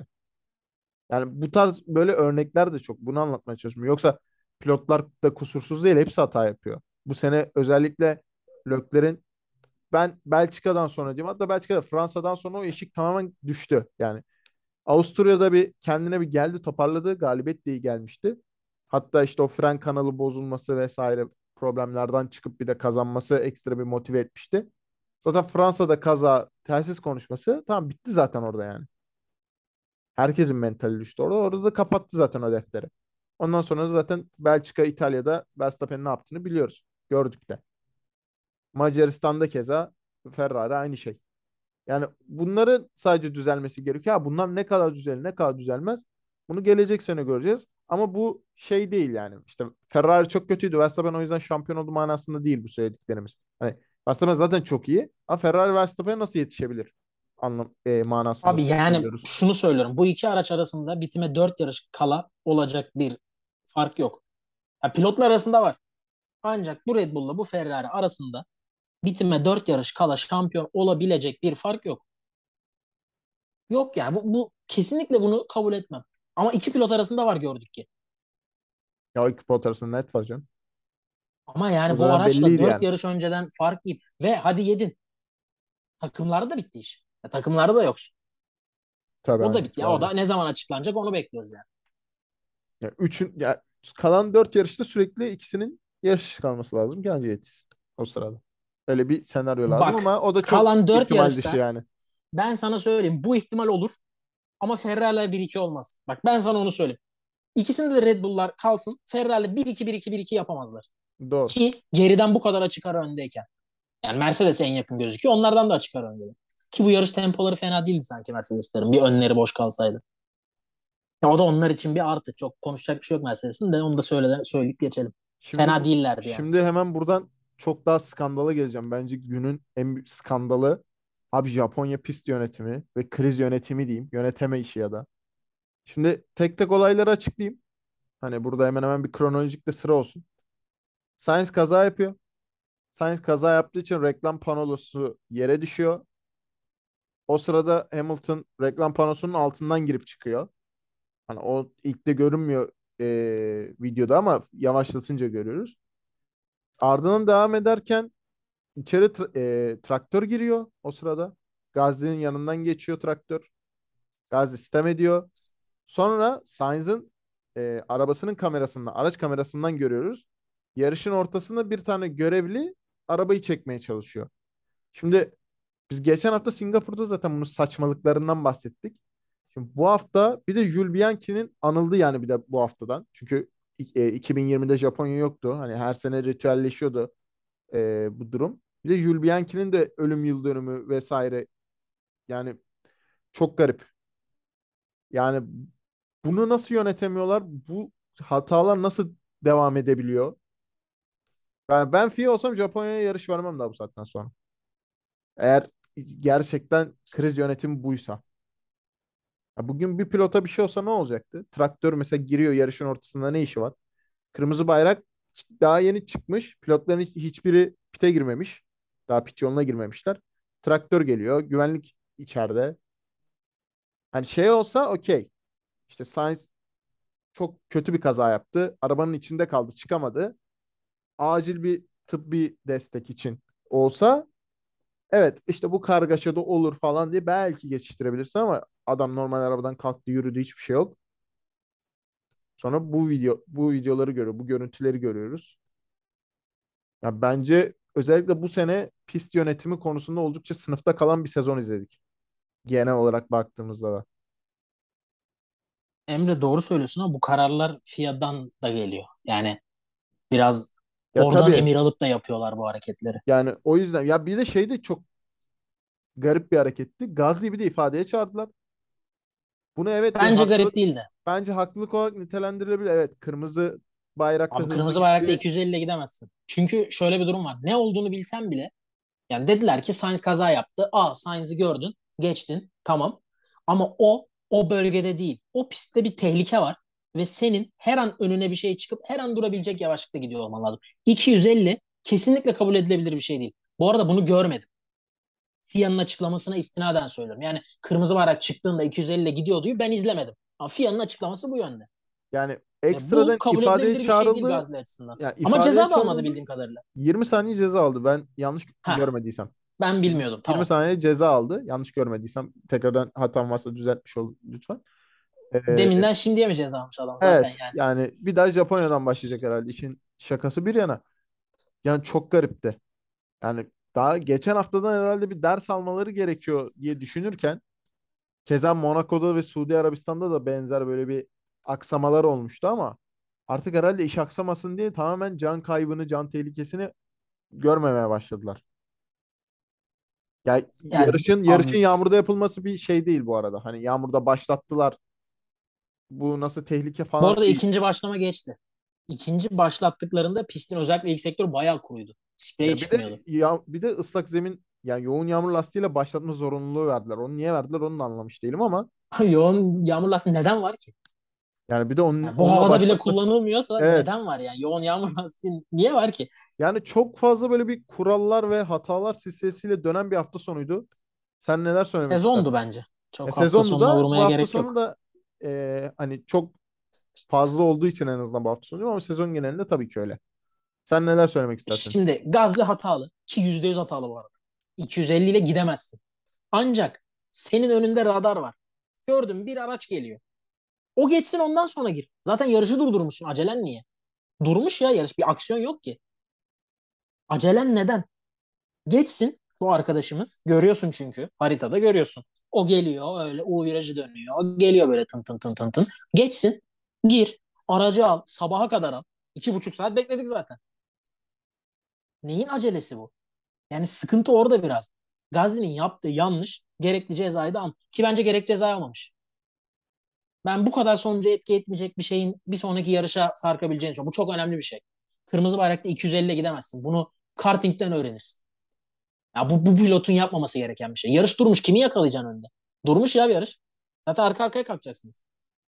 S1: Yani bu tarz böyle örnekler de çok. Bunu anlatmaya çalışıyorum. Yoksa pilotlar da kusursuz değil. Hepsi hata yapıyor. Bu sene özellikle Leclerc'in, ben Belçika'dan sonra diyeyim. Hatta Belçika'da Fransa'dan sonra o eşik tamamen düştü. Yani Avusturya'da bir kendine bir geldi, toparladı. Galibiyet de iyi gelmişti. Hatta işte o fren kanalı bozulması vesaire problemlerden çıkıp bir de kazanması ekstra bir motive etmişti. Zaten Fransa'da kaza, telsiz konuşması tamam bitti zaten orada yani. Herkesin mentali düştü orada. Orada da kapattı zaten o defteri. Ondan sonra zaten Belçika, İtalya'da Verstappen'in ne yaptığını biliyoruz. Gördük de. Macaristan'da keza Ferrari aynı şey. Yani bunların sadece düzelmesi gerekiyor. Ha, bunlar ne kadar düzelir, ne kadar düzelmez. Bunu gelecek sene göreceğiz. Ama bu şey değil yani. İşte Ferrari çok kötüydü. Verstappen o yüzden şampiyon oldu manasında değil bu söylediklerimiz. Hani Verstappen zaten çok iyi. Ama Ferrari Verstappen'e nasıl yetişebilir? Manasında
S2: Abi yani
S1: söylüyoruz.
S2: şunu söylüyorum. Bu iki araç arasında bitime 4 yarış kala olacak bir fark yok. Ya pilotlar arasında var. Ancak bu Red Bull'la bu Ferrari arasında bitime 4 yarış kala şampiyon olabilecek bir fark yok. Yok yani bu kesinlikle bunu kabul etmem. Ama iki pilot arasında var gördük ki.
S1: Ya iki pilot arasında net var canım.
S2: Ama
S1: O
S2: yani bu
S1: zaten
S2: araçla
S1: belliydi
S2: 4
S1: yani.
S2: yarış önceden fark yiyip ve hadi yedin. Takımlarda da bitti iş. Ya, takımlarda da yoksun.
S1: Tabii
S2: O da
S1: aynı
S2: bitti. Ya, o
S1: itibariyle.
S2: da ne zaman açıklanacak onu bekliyoruz yani.
S1: Ya kalan 4 yarışta sürekli ikisinin yarış kalması lazım ki anca yetişsin o sırada. Öyle bir senaryo lazım
S2: Bak
S1: ama o da çok
S2: kalan 4
S1: ihtimal dışı
S2: yarışta
S1: yani.
S2: ben sana söyleyeyim bu ihtimal olur ama Ferrari'ler 1-2 olmaz. Bak ben sana onu söyleyeyim. İkisinde de Red Bull'lar kalsın. Ferrari 1-2 1-2 1-2 yapamazlar.
S1: Doğru.
S2: Ki geriden bu kadar açık ara öndeyken. Yani Mercedes en yakın gözüküyor. Onlardan da açık ara önde. Ki bu yarış tempoları fena değildi sanki Mercedeslerin. Bir önleri boş kalsaydı. Ya o da onlar için bir artı. Çok konuşacak bir şey yok Mercedes'in de onu da söyleyip geçelim.
S1: Şimdi
S2: Fena değillerdi yani.
S1: şimdi hemen buradan çok daha skandala geleceğim. Bence günün en büyük skandalı abi Japonya pist yönetimi ve kriz yönetimi diyeyim. Yöneteme işi ya da. Şimdi tek tek olayları açıklayayım. Hani burada hemen hemen bir kronolojik de sıra olsun. Sainz kaza yapıyor. Sainz kaza yaptığı için reklam panosu yere düşüyor. O sırada Hamilton reklam panosunun altından girip çıkıyor. Hani o ilk de görünmüyor videoda ama yavaşlatınca görüyoruz. Ardından devam ederken içeri traktör giriyor o sırada. Gazi'nin yanından geçiyor traktör. Gazi sistem ediyor. Sonra Sainz'ın arabasının kamerasından, araç kamerasından görüyoruz. Yarışın ortasında bir tane görevli arabayı çekmeye çalışıyor. Şimdi biz geçen hafta Singapur'da zaten bunun saçmalıklarından bahsettik. Şimdi bu hafta bir de Jules Bianchi'nin anıldı yani bir de bu haftadan. Çünkü 2020'de Japonya yoktu. Hani her sene ritüelleşiyordu bu durum. Bir de Jules Bianchi'nin de ölüm yıl dönümü vesaire. Yani çok garip. Yani bunu nasıl yönetemiyorlar? Bu hatalar nasıl devam edebiliyor? Ben FIA olsam Japonya'ya yarış vermem daha bu saatten sonra. Eğer gerçekten kriz yönetimi buysa. Ya bugün bir pilota bir şey olsa ne olacaktı? Traktör mesela giriyor yarışın ortasında ne işi var? Kırmızı bayrak daha yeni çıkmış. Pilotların hiçbiri pite girmemiş. Daha pit yoluna girmemişler. Traktör geliyor. Güvenlik içeride. Hani şey olsa okey. İşte Sainz çok kötü bir kaza yaptı. Arabanın içinde kaldı, çıkamadı. Acil bir tıbbi destek için olsa evet işte bu kargaşada olur falan diye belki geçiştirebilirsin ama Adam normal arabadan kalktı, yürüdü, hiçbir şey yok. Sonra bu videoları görüyor, bu görüntüleri görüyoruz. Ya bence özellikle bu sene pist yönetimi konusunda oldukça sınıfta kalan bir sezon izledik. Genel olarak baktığımızda da.
S2: Emre doğru söylüyorsun ama bu kararlar FIA'dan da geliyor. Yani biraz
S1: Ya
S2: oradan
S1: tabii,
S2: emir alıp da yapıyorlar bu hareketleri.
S1: yani o yüzden ya bir de şey de çok garip bir hareketti. Gazli'yi bir de ifadeye çağırdılar. Bunu evet bir
S2: Bence garip
S1: haklılık,
S2: değildi.
S1: bence haklılık olarak nitelendirilebilir. Evet, kırmızı bayrakta
S2: Abi
S1: hızlı
S2: kırmızı bayrakta
S1: gitti.
S2: 250 ile gidemezsin. Çünkü şöyle bir durum var. Ne olduğunu bilsen bile yani dediler ki Sainz kaza yaptı. Sainz'i gördün, geçtin. Tamam. Ama o bölgede değil. O pistte bir tehlike var ve senin her an önüne bir şey çıkıp her an durabilecek yavaşlıkta gidiyor olman lazım. 250 kesinlikle kabul edilebilir bir şey değil. Bu arada bunu görmedim. FIA'nın açıklamasına istinaden söylüyorum. Yani kırmızı bayrak çıktığında 250 ile gidiyordu ben izlemedim. Ama FIA'nın açıklaması bu yönde.
S1: Yani
S2: Bu
S1: ekstradan
S2: kabul
S1: ifadeye
S2: edilebilir bir şey değil
S1: çağrıldı.
S2: Gazli açısından.
S1: Yani
S2: Ama
S1: ifadeye
S2: ceza da almadı
S1: çağrıldı.
S2: bildiğim kadarıyla.
S1: 20 saniye ceza aldı. Ben yanlış
S2: Ha,
S1: görmediysem.
S2: ben
S1: 20,
S2: bilmiyordum.
S1: 20
S2: Tamam.
S1: saniye ceza aldı. Yanlış görmediysem tekrardan hatam varsa düzeltmiş ol lütfen. Ee,
S2: Deminden şimdiye mi ceza almış adam zaten
S1: evet,
S2: yani.
S1: yani bir daha Japonya'dan başlayacak herhalde. İşin şakası bir yana. Yani çok garipti. Yani daha geçen haftadan herhalde bir ders almaları gerekiyor diye düşünürken, keza Monaco'da ve Suudi Arabistan'da da benzer böyle bir aksamalar olmuştu ama artık herhalde iş aksamasın diye tamamen can kaybını, can tehlikesini görmemeye başladılar. Ya
S2: Yani
S1: yarışın yağmurda yapılması bir şey değil bu arada. Hani yağmurda başlattılar. Bu nasıl tehlike
S2: bu
S1: falan
S2: arada
S1: değil.
S2: ikinci başlama geçti. İkinci başlattıklarında pistin özellikle ilk sektörü bayağı kuruydu. Sprey
S1: Ya
S2: çıkmıyordu.
S1: bir de ıslak zemin, yani yoğun yağmur lastiğiyle başlatma zorunluluğu verdiler. Onu niye verdiler onu da anlamış değilim ama
S2: Yoğun yağmur lastiği neden var ki?
S1: yani bir de
S2: Yani bu
S1: onunla
S2: havada bile
S1: başlatması,
S2: kullanılmıyorsa
S1: evet.
S2: neden var yani? Yoğun yağmur lastiği niye var ki?
S1: Yani çok fazla böyle bir kurallar ve hatalar silsilesiyle dönen bir hafta sonuydu. Sen neler söylemek
S2: Sezondu
S1: istersin?
S2: bence.
S1: Ya
S2: Çok hafta
S1: sezondu
S2: sonuna
S1: da, bu
S2: vurmaya
S1: hafta
S2: gerek
S1: sonu
S2: yok.
S1: da hani çok fazla olduğu için en azından bu hafta sonu, ama sezon genelinde tabii ki öyle. Sen neler söylemek istersin?
S2: Şimdi Gazli hatalı ki %100 hatalı bu arada. 250 ile gidemezsin. Ancak senin önünde radar var. Gördüm bir araç geliyor. O geçsin ondan sonra gir. Zaten yarışı durdurmuşsun. Acelen niye? Durmuş ya yarış. Bir aksiyon yok ki. Acelen neden? Geçsin bu arkadaşımız. Görüyorsun çünkü. Haritada görüyorsun. O geliyor öyle U virajı dönüyor. O geliyor böyle tın tın tın tın tın. Geçsin. Gir. Aracı al. Sabaha kadar al. 2,5 saat bekledik zaten. Neyin acelesi bu? Yani sıkıntı orada biraz. Gazli'nin yaptığı yanlış. Gerekli cezayı da al. Ki bence gerekli cezayı almamış. Ben bu kadar sonuca etki etmeyecek bir şeyin bir sonraki yarışa sarkabileceğini düşünüyorum. Bu çok önemli bir şey. Kırmızı bayrakta 250 ile gidemezsin. Bunu kartingden öğrenirsin. Ya bu pilotun yapmaması gereken bir şey. Yarış durmuş. Kimi yakalayacaksın önde? Durmuş ya bir yarış. Zaten arka arkaya kalkacaksınız.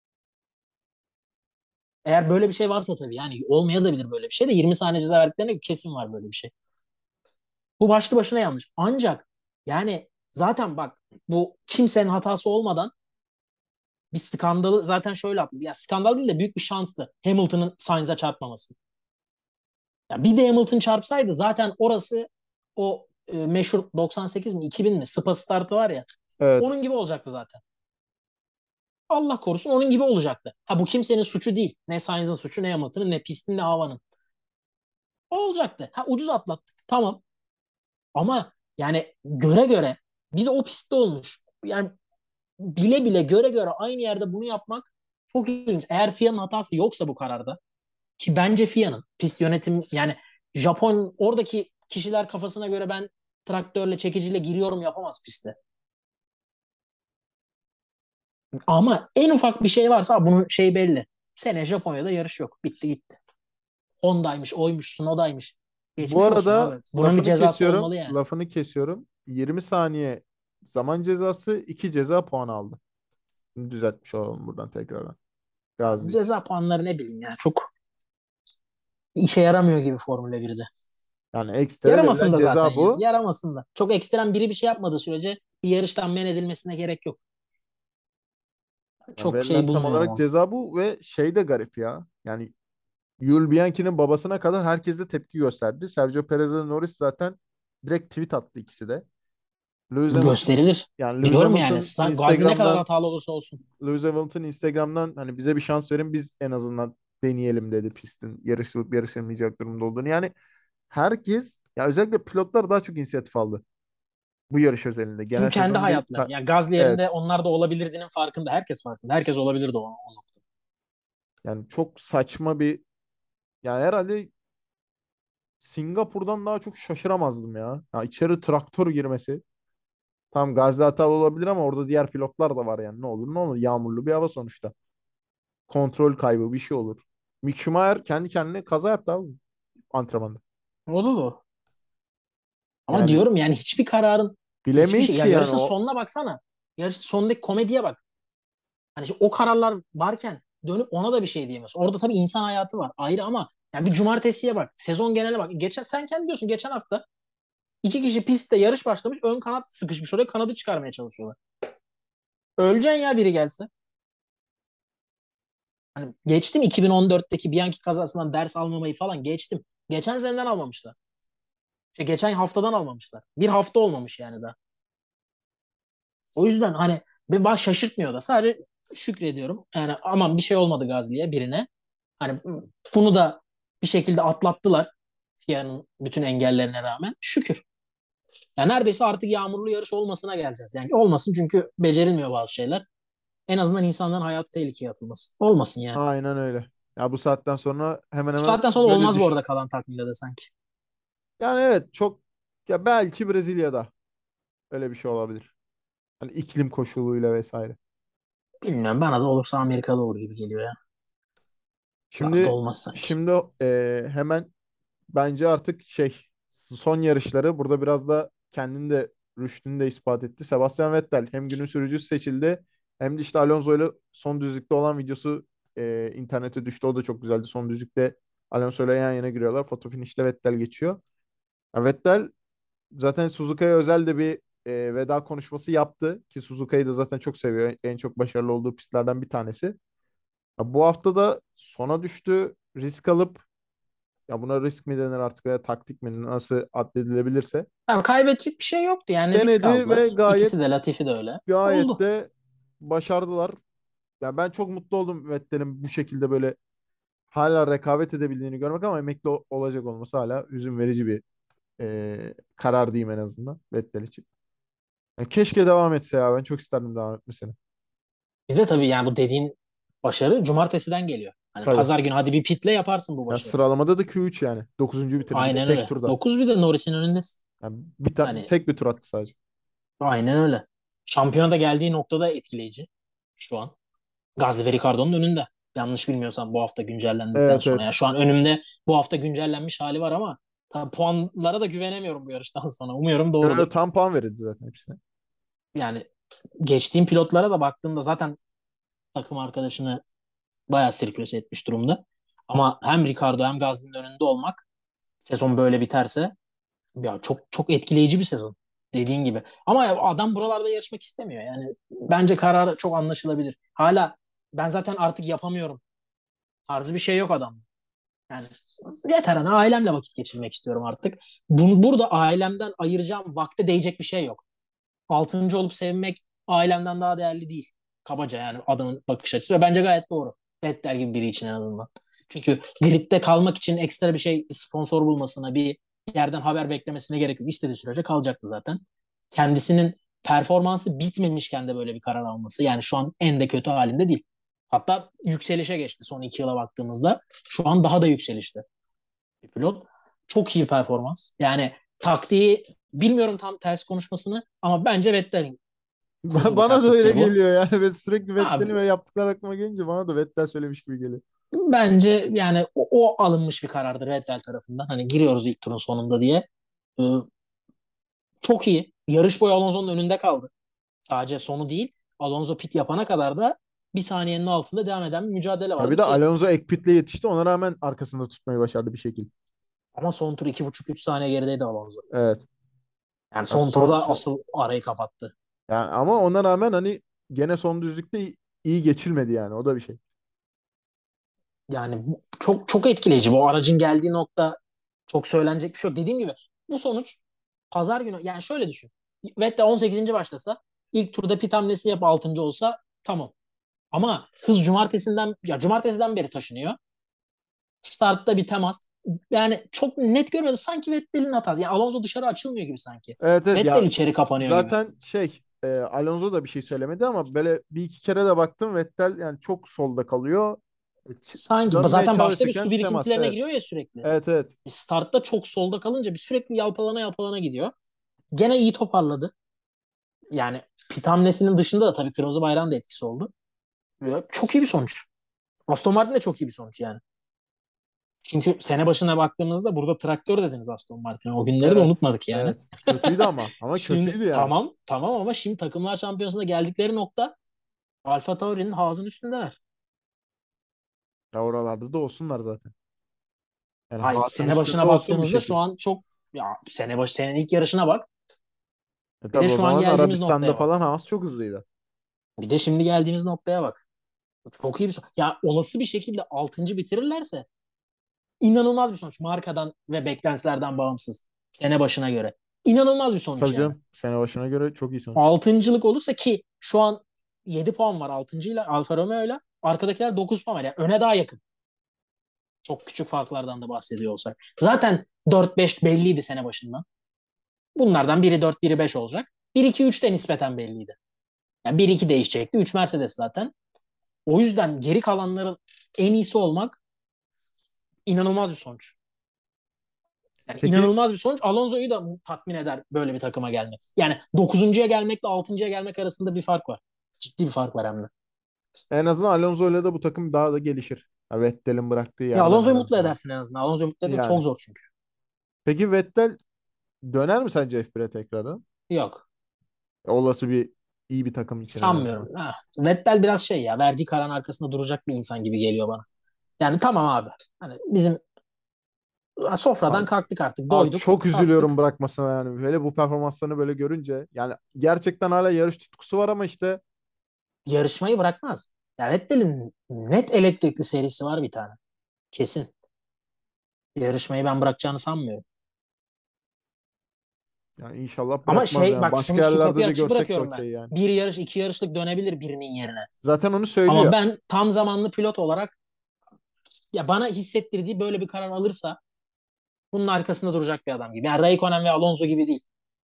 S2: Eğer böyle bir şey varsa tabii yani olmayabilir böyle bir şey de 20 saniye ceza verdiklerine kesin var böyle bir şey. Bu başlı başına yanlış. Ancak yani zaten bak bu kimsenin hatası olmadan bir skandalı zaten şöyle atladı. Ya skandal değil de büyük bir şanstı Hamilton'ın Sainz'a çarpmaması. Ya bir de Hamilton çarpsaydı zaten orası o meşhur 98 mi 2000 mi Spa startı var ya
S1: Evet.
S2: onun gibi olacaktı zaten. Allah korusun onun gibi olacaktı. Ha bu kimsenin suçu değil. Ne Sainz'ın suçu ne Hamilton'ın ne pistin ne havanın. O olacaktı. Ha ucuz atlattık. Tamam. Ama yani göre göre bir de o pistte olmuş. Yani bile bile göre göre aynı yerde bunu yapmak çok ilginç. Eğer FIA'nın hatası yoksa bu kararda ki bence FIA'nın pist yönetim yani Japon oradaki kişiler kafasına göre ben traktörle çekiciyle giriyorum yapamaz pistte. Ama en ufak bir şey varsa bunun şey belli. Sene Japonya'da yarış yok. Bitti gitti. Honda'ymış, oymuş, Snoda'ymış.
S1: Bu
S2: Geçmiş olsun
S1: arada
S2: abi. Bunun bir cezası olmalı yani.
S1: lafını kesiyorum. 20 saniye zaman cezası, 2 ceza puanı aldı. Şimdi düzeltmiş olalım buradan tekrardan.
S2: Abi
S1: Gazi için.
S2: ceza puanları ne bileyim ya çok işe yaramıyor gibi Formula 1'de.
S1: Yani ekstra
S2: Yaramasın
S1: verilen
S2: da zaten
S1: ceza
S2: ya.
S1: bu.
S2: Yaramasın da. Çok ekstrem biri bir şey yapmadığı sürece bir yarıştan men edilmesine gerek yok.
S1: Yani
S2: Çok
S1: verilen
S2: şey
S1: tam
S2: bulmuyorum
S1: olarak
S2: onu.
S1: ceza bu ve şey de garip ya. Yani Yul Bianchi'nin babasına kadar herkes de tepki gösterdi. Sergio Perez ile Norris zaten direkt tweet attı ikisi de. Lewis Hamilton,
S2: Gösterilir.
S1: yani Lewis
S2: Diyorum yani
S1: Hamilton
S2: Gazli ne kadar
S1: Instagram'dan
S2: hatalı olursa olsun.
S1: Lewis Hamilton Instagram'dan hani bize bir şans verin, biz en azından deneyelim dedi pistin yarışılıp yarışılmayacak durumda olduğunu. Yani herkes, ya özellikle pilotlar daha çok inisiyatif aldı bu yarış özelinde. Genel
S2: Çünkü kendi
S1: sezon değil.
S2: hayatları. Yani Gazli
S1: Evet.
S2: yerinde onlar da olabilirdiğinin farkında. Herkes farkında. Herkes olabilirdi o noktada.
S1: Yani çok saçma bir, yani herhalde Singapur'dan daha çok şaşıramazdım ya. Ya içeri traktör girmesi. Tam Gazi hatalı olabilir ama orada diğer pilotlar da var yani. Ne olur ne olur. Yağmurlu bir hava sonuçta. Kontrol kaybı bir şey olur. Mick Schumacher kendi kendine kaza yaptı abi antrenmanda.
S2: O da doğru. Ama
S1: Yani
S2: diyorum yani hiçbir kararın hiçbir şey.
S1: bilemeyiz
S2: Ya
S1: ki yani
S2: yarışın
S1: o.
S2: sonuna baksana. Yarışın sonundaki komediye bak. Hani işte o kararlar varken dönüp ona da bir şey diyemez. Orada tabii insan hayatı var ayrı ama yani bir cumartesiye bak. Sezon geneline bak. Geçen sen kendi diyorsun geçen hafta iki kişi pistte yarış başlamış. Ön kanat sıkışmış oraya kanadı çıkarmaya çalışıyorlar. Öleceksin ya biri gelse. Hani geçtim 2014'teki Bianchi kazasından ders almamayı falan geçtim. Geçen seneden almamışlar. İşte geçen haftadan almamışlar. Bir hafta olmamış yani daha. O yüzden hani bir baş şaşırtmıyor da sadece şükrediyorum. Yani aman bir şey olmadı Gazli'ye birine. Hani bunu da bir şekilde atlattılar. FIA'nın bütün engellerine rağmen. Şükür. Yani neredeyse artık yağmurlu yarış olmasına geleceğiz. Yani olmasın çünkü becerilmiyor bazı şeyler. En azından insanların hayatı tehlikeye atılmasın. Olmasın yani.
S1: Aynen öyle. Ya bu saatten sonra hemen
S2: Bu
S1: hemen
S2: saatten sonra
S1: böyle
S2: olmaz bu
S1: düş.
S2: arada kalan takvimde de sanki.
S1: Yani evet, çok, ya belki Brezilya'da öyle bir şey olabilir. Hani iklim koşuluyla vesaire.
S2: Bilmiyorum bana da olursa Amerika'da olur gibi geliyor ya. Daha da
S1: Şimdi
S2: olmaz sanki.
S1: şimdi hemen bence artık son yarışları burada biraz da kendini de rüştünü de ispat etti. Sebastian Vettel hem günün sürücüsü seçildi hem de işte Alonso ile son düzlükte olan videosu internete düştü. O da çok güzeldi. Son düzlükte Alonso ile yan yana giriyorlar. Foto finişte Vettel geçiyor. Ya Vettel zaten Suzuka'ya özel de bir veda konuşması yaptı ki Suzuka'yı da zaten çok seviyor. En çok başarılı olduğu pistlerden bir tanesi. Ya bu hafta da sona düştü. Risk alıp, ya buna risk mi denir artık veya taktik mi, nasıl addedilebilirse,
S2: Abi kaybedecek bir şey yoktu yani risk
S1: denedi ve
S2: aldılar.
S1: gayet
S2: İkisi de Latifi de öyle.
S1: gayet
S2: Oldu.
S1: de başardılar. Ya ben çok mutlu oldum Vettel'in bu şekilde böyle hala rekabet edebildiğini görmek, ama emekli olacak olması hala hüzün verici bir karar diyeyim en azından Vettel için. Ya keşke devam etse ya, ben çok isterdim devam etmesini.
S2: Bir de tabii yani bu dediğin başarı cumartesiden geliyor. Hani
S1: Tabii.
S2: pazar günü hadi bir pitle yaparsın bu
S1: Ya
S2: başarıyı.
S1: sıralamada da Q3 yani. Dokuzuncu bitirdi bir de
S2: Aynen
S1: tek
S2: öyle.
S1: turda.
S2: 9 bir de Norris'in önündesin.
S1: Yani
S2: Hani
S1: tek bir tur attı sadece.
S2: aynen öyle. Şampiyon da geldiği noktada etkileyici şu an. Gazli ve Ricardo'nun önünde. Yanlış bilmiyorsam bu hafta güncellendikten
S1: Evet,
S2: sonra.
S1: evet.
S2: Yani şu an önümde bu hafta güncellenmiş hali var ama tabii puanlara da güvenemiyorum bu yarıştan sonra. Umuyorum doğrudur.
S1: Tam puan verildi zaten hepsine.
S2: Yani geçtiğim pilotlara da baktığımda zaten takım arkadaşını bayağı sirküles etmiş durumda. Ama hem Ricardo hem Gazli'nin önünde olmak sezon böyle biterse ya çok çok etkileyici bir sezon. Dediğin gibi. Ama ya adam buralarda yarışmak istemiyor. Yani bence kararı çok anlaşılabilir. Hala ben zaten artık yapamıyorum tarzı bir şey yok adam. Yani yeter hani ailemle vakit geçirmek istiyorum artık. Burada ailemden ayıracağım vakte değecek bir şey yok. Altıncı olup sevmek ailemden daha değerli değil. Kabaca yani adamın bakış açısı ve bence gayet doğru. Vettel gibi biri için en azından. Çünkü gridde kalmak için ekstra bir şey sponsor bulmasına, bir yerden haber beklemesine gerek yok. İstediği sürece kalacaktı zaten. Kendisinin performansı bitmemişken de böyle bir karar alması. Yani şu an en de kötü halinde değil. Hatta yükselişe geçti son 2 yıla baktığımızda. Şu an daha da yükselişte bir pilot. Çok iyi performans. Yani taktiği bilmiyorum tam ters konuşmasını ama bence Vettel'in kurduğu bir
S1: Bana da öyle
S2: taktiktir bu.
S1: geliyor yani. Ve sürekli
S2: Abi,
S1: Vettel'in ve yaptıklar aklıma gelince bana da Vettel söylemiş gibi geliyor.
S2: bence yani o alınmış bir karardır Vettel tarafından. Hani giriyoruz ilk turun sonunda diye. Ee, çok iyi. Yarış boyu Alonso'nun önünde kaldı. Sadece sonu değil. Alonso pit yapana kadar da bir saniyenin altında devam eden bir mücadele
S1: Ya bir
S2: vardı
S1: de
S2: ki.
S1: Alonso ek pitle yetişti. Ona rağmen arkasında tutmayı başardı bir şekilde.
S2: Ama son tur 2,5-3 saniye gerideydi Alonso.
S1: Evet.
S2: Yani
S1: Ya
S2: son turda asıl arayı kapattı.
S1: yani ama ona rağmen hani gene son düzlükte iyi geçilmedi yani. O da bir şey.
S2: Yani çok çok etkileyici. Bu aracın geldiği nokta çok söylenecek bir şey yok. Dediğim gibi bu sonuç pazar günü yani şöyle düşün. Vettel 18. başlasa, ilk turda pit hamlesi yap 6. olsa tamam. Ama hız cumartesiden beri taşınıyor. Startta bir temas. Yani çok net görmedim. Sanki Vettel'in hatası. Yani Alonso dışarı açılmıyor gibi sanki.
S1: Evet, evet
S2: Vettel
S1: ya,
S2: içeri kapanıyor gibi.
S1: zaten Alonso da bir şey söylemedi ama böyle bir iki kere de baktım, Vettel yani çok solda kalıyor.
S2: Sanki
S1: Dönmeye
S2: zaten başta bir
S1: çalışırken
S2: su
S1: temas,
S2: birikintilerine
S1: evet.
S2: giriyor ya sürekli.
S1: Evet, evet.
S2: Startta çok solda kalınca bir sürekli yalpalana yalpalana gidiyor. Gene iyi toparladı. Yani pit hamlesinin dışında da tabii kırmızı bayrağın da etkisi oldu. Ve çok iyi bir sonuç. Aston Martin de çok iyi bir sonuç yani. Çünkü sene başına baktığımızda burada traktör dediniz Aston Martin'e. O günleri de
S1: Evet.
S2: unutmadık yani.
S1: Evet. Kötüydü ama
S2: Şimdi
S1: kötüydü yani.
S2: tamam tamam ama şimdi Takımlar Şampiyonası'na geldikleri nokta Alfa Tauri'nin Haas'ın üstündeler.
S1: Ya oralarda da olsunlar zaten. Yani
S2: Ay
S1: Haas'ın
S2: sene
S1: üstünde
S2: başına
S1: olsun bir
S2: baktığımızda şu
S1: şekilde.
S2: an çok senenin ilk yarışına bak. Bir de
S1: Tabii o
S2: şu an
S1: zaman
S2: geldiğimiz
S1: Arabistan'da
S2: noktaya bak.
S1: falan Haas çok hızlıydı.
S2: Bir de şimdi geldiğimiz noktaya bak. Çok iyi bir sonuç. Ya olası bir şekilde 6. bitirirlerse inanılmaz bir sonuç. Markadan ve beklentilerden bağımsız. Sene başına göre. İnanılmaz bir sonuç
S1: Tabii
S2: yani.
S1: canım. Sene başına göre çok iyi sonuç.
S2: Altıncılık olursa ki şu an 7 puan var 6. ile Alfa Romeo'yla. Arkadakiler 9 puan var. Yani öne daha yakın. Çok küçük farklardan da bahsediyor olsak. Zaten 4-5 belliydi sene başından. Bunlardan biri 4, biri 5 olacak. 1-2-3 de nispeten belliydi. Yani 1-2 değişecekti. 3 Mercedes zaten. O yüzden geri kalanların en iyisi olmak inanılmaz bir sonuç. Yani
S1: Peki
S2: inanılmaz bir sonuç. Alonso'yu da tatmin eder böyle bir takıma gelmek. Yani 9'uncuya gelmekle 6.ya gelmek arasında bir fark var. Ciddi bir fark var hem de.
S1: en azından Alonso ile de bu takım daha da gelişir. Ya Vettel'in bıraktığı
S2: Ya
S1: yerden en
S2: Alonso'yu mutlu
S1: azından.
S2: edersin en azından. Alonso'yu mutlu etmek
S1: Yani.
S2: çok zor çünkü.
S1: Peki Vettel döner mi sence F1'e tekrardan?
S2: Yok.
S1: Olası bir iyi bir takım için en azından.
S2: Sanmıyorum. Ha. Vettel biraz şey ya. Verdiği kararın arkasında duracak bir insan gibi geliyor bana. Yani tamam abi. Hani bizim sofradan
S1: Abi,
S2: kalktık artık.
S1: abi
S2: Doyduk.
S1: çok üzülüyorum
S2: Kalktık.
S1: bırakmasına yani. Böyle bu performanslarını böyle görünce. Yani gerçekten hala yarış tutkusu var ama işte
S2: Yarışmayı bırakmaz. Ya Vettel'in net elektrikli serisi var bir tane. Kesin. Yarışmayı ben bırakacağını sanmıyorum.
S1: yani inşallah
S2: Ama
S1: bırakmaz
S2: şey
S1: yani.
S2: bak
S1: Başka
S2: şu
S1: yerlerde
S2: kapıyı
S1: de
S2: açık
S1: görsek de
S2: bırakıyorum ben.
S1: okey yani.
S2: Bir yarış, iki yarışlık dönebilir birinin yerine.
S1: Zaten onu
S2: Ama
S1: söylüyor.
S2: ben tam zamanlı pilot olarak ya bana hissettirdiği böyle bir karar alırsa bunun arkasında duracak bir adam gibi. Yani Raikkonen ve Alonso gibi değil.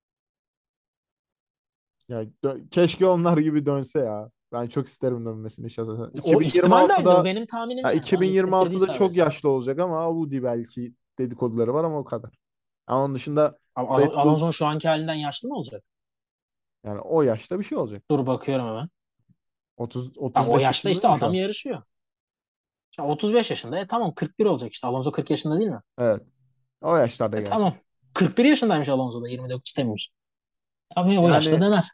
S1: Yani keşke onlar gibi dönse ya. Ben çok isterim dönmesini şahsen.
S2: O ihtimal dahilinde bu
S1: 2026'da
S2: benim tahminim
S1: ya
S2: yani. Bana hissettirdiği
S1: 2026'da çok
S2: sadece.
S1: yaşlı olacak ama Audi belki dedikoduları var ama o kadar. Ama onun dışında Red Bull
S2: Alonso'nun şu anki halinden yaşlı mı olacak?
S1: yani o yaşta bir şey olacak.
S2: Dur bakıyorum hemen.
S1: 30
S2: Ya o
S1: 35
S2: yaşta
S1: yaşında
S2: işte
S1: değil mi şu
S2: adam
S1: an?
S2: yarışıyor. İşte 35 yaşında. Tamam 41 olacak işte. Alonso 40 yaşında değil mi?
S1: Evet. O yaşlarda gelecek.
S2: Tamam. 41 yaşındaymış Alonso da 29 Temmuz. Abi o yaşta
S1: Yani
S2: döner.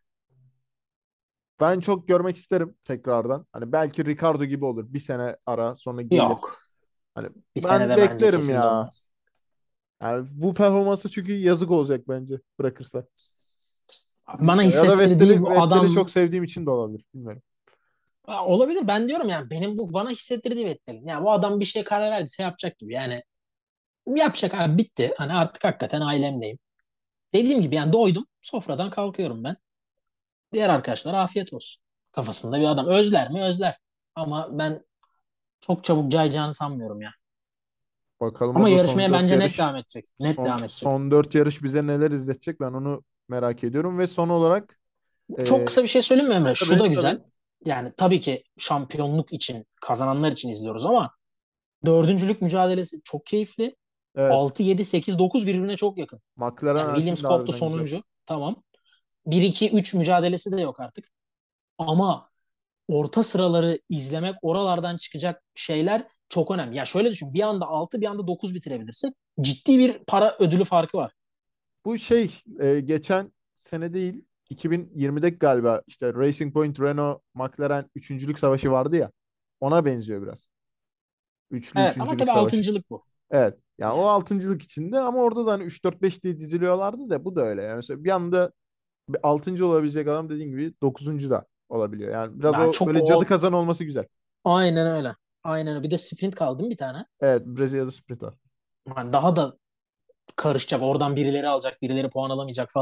S1: ben çok görmek isterim tekrardan. Hani belki Ricardo gibi olur. Bir sene ara sonra gelir.
S2: Yok.
S1: Hani
S2: Bir
S1: ben
S2: senede bence
S1: beklerim
S2: kesin
S1: ya.
S2: dönmez.
S1: Yani bu performansı çünkü yazık olacak bence bırakırsa.
S2: Bana
S1: Bilmiyorum. Ya da
S2: hissettirdiği bu
S1: Vettel'i çok
S2: adam
S1: sevdiğim için de olabilir. Bilmiyorum.
S2: olabilir. Ben diyorum yani benim bu bana hissettirdiği Vettel'in. Yani bu adam bir şeye karar verdiyse yapacak gibi. Yani yapacak abi bitti. Hani artık hakikaten ailemdeyim. Dediğim gibi yani doydum. Sofradan kalkıyorum ben. Diğer arkadaşlar afiyet olsun. Kafasında bir adam. Özler mi? Özler. Ama ben çok çabuk cayacağını sanmıyorum ya.
S1: Bakalım o
S2: Ama
S1: da son
S2: yarışmaya
S1: 4
S2: bence net
S1: yarış.
S2: devam edecek. Net devam edecek.
S1: Son 4 yarış bize neler izletecek ben onu merak ediyorum. Ve son olarak
S2: Çok
S1: e,
S2: kısa bir şey söyleyeyim mi Emre? Şu
S1: tabii
S2: da
S1: tabii.
S2: güzel. Yani tabii ki şampiyonluk için, kazananlar için izliyoruz ama dördüncülük mücadelesi çok keyifli.
S1: Evet.
S2: 6, 7, 8, 9 birbirine çok yakın.
S1: McLaren
S2: Yani Williams
S1: Alpine de
S2: koptu
S1: harbiden güzel.
S2: sonuncu. Tamam. Bir 2 3 mücadelesi de yok artık. Ama orta sıraları izlemek, oralardan çıkacak şeyler çok önemli. Ya şöyle düşün. Bir anda 6, bir anda 9 bitirebilirsin. Ciddi bir para ödülü farkı var.
S1: Bu geçen sene değil 2020'deki galiba işte Racing Point Renault McLaren üçüncülük savaşı vardı ya. Ona benziyor biraz. Üçlü
S2: Evet ama
S1: üçüncülük
S2: tabii
S1: savaşı.
S2: altıncılık bu.
S1: Evet. Yani o
S2: Yani
S1: altıncılık içinde ama orada da hani 3 4 5 diye diziliyorlardı da bu da öyle. Yani mesela bir anda bir altıncı olabilecek adam dediğin gibi dokuzuncu da olabiliyor. Yani biraz
S2: ben
S1: o
S2: çok
S1: böyle cadı kazan olması güzel.
S2: aynen öyle. Aynen öyle. Bir de sprint kaldı değil mi bir tane?
S1: Evet, Brezilya'da sprint var.
S2: Yani daha da karışacak. Oradan birileri alacak, birileri puan alamayacak falan.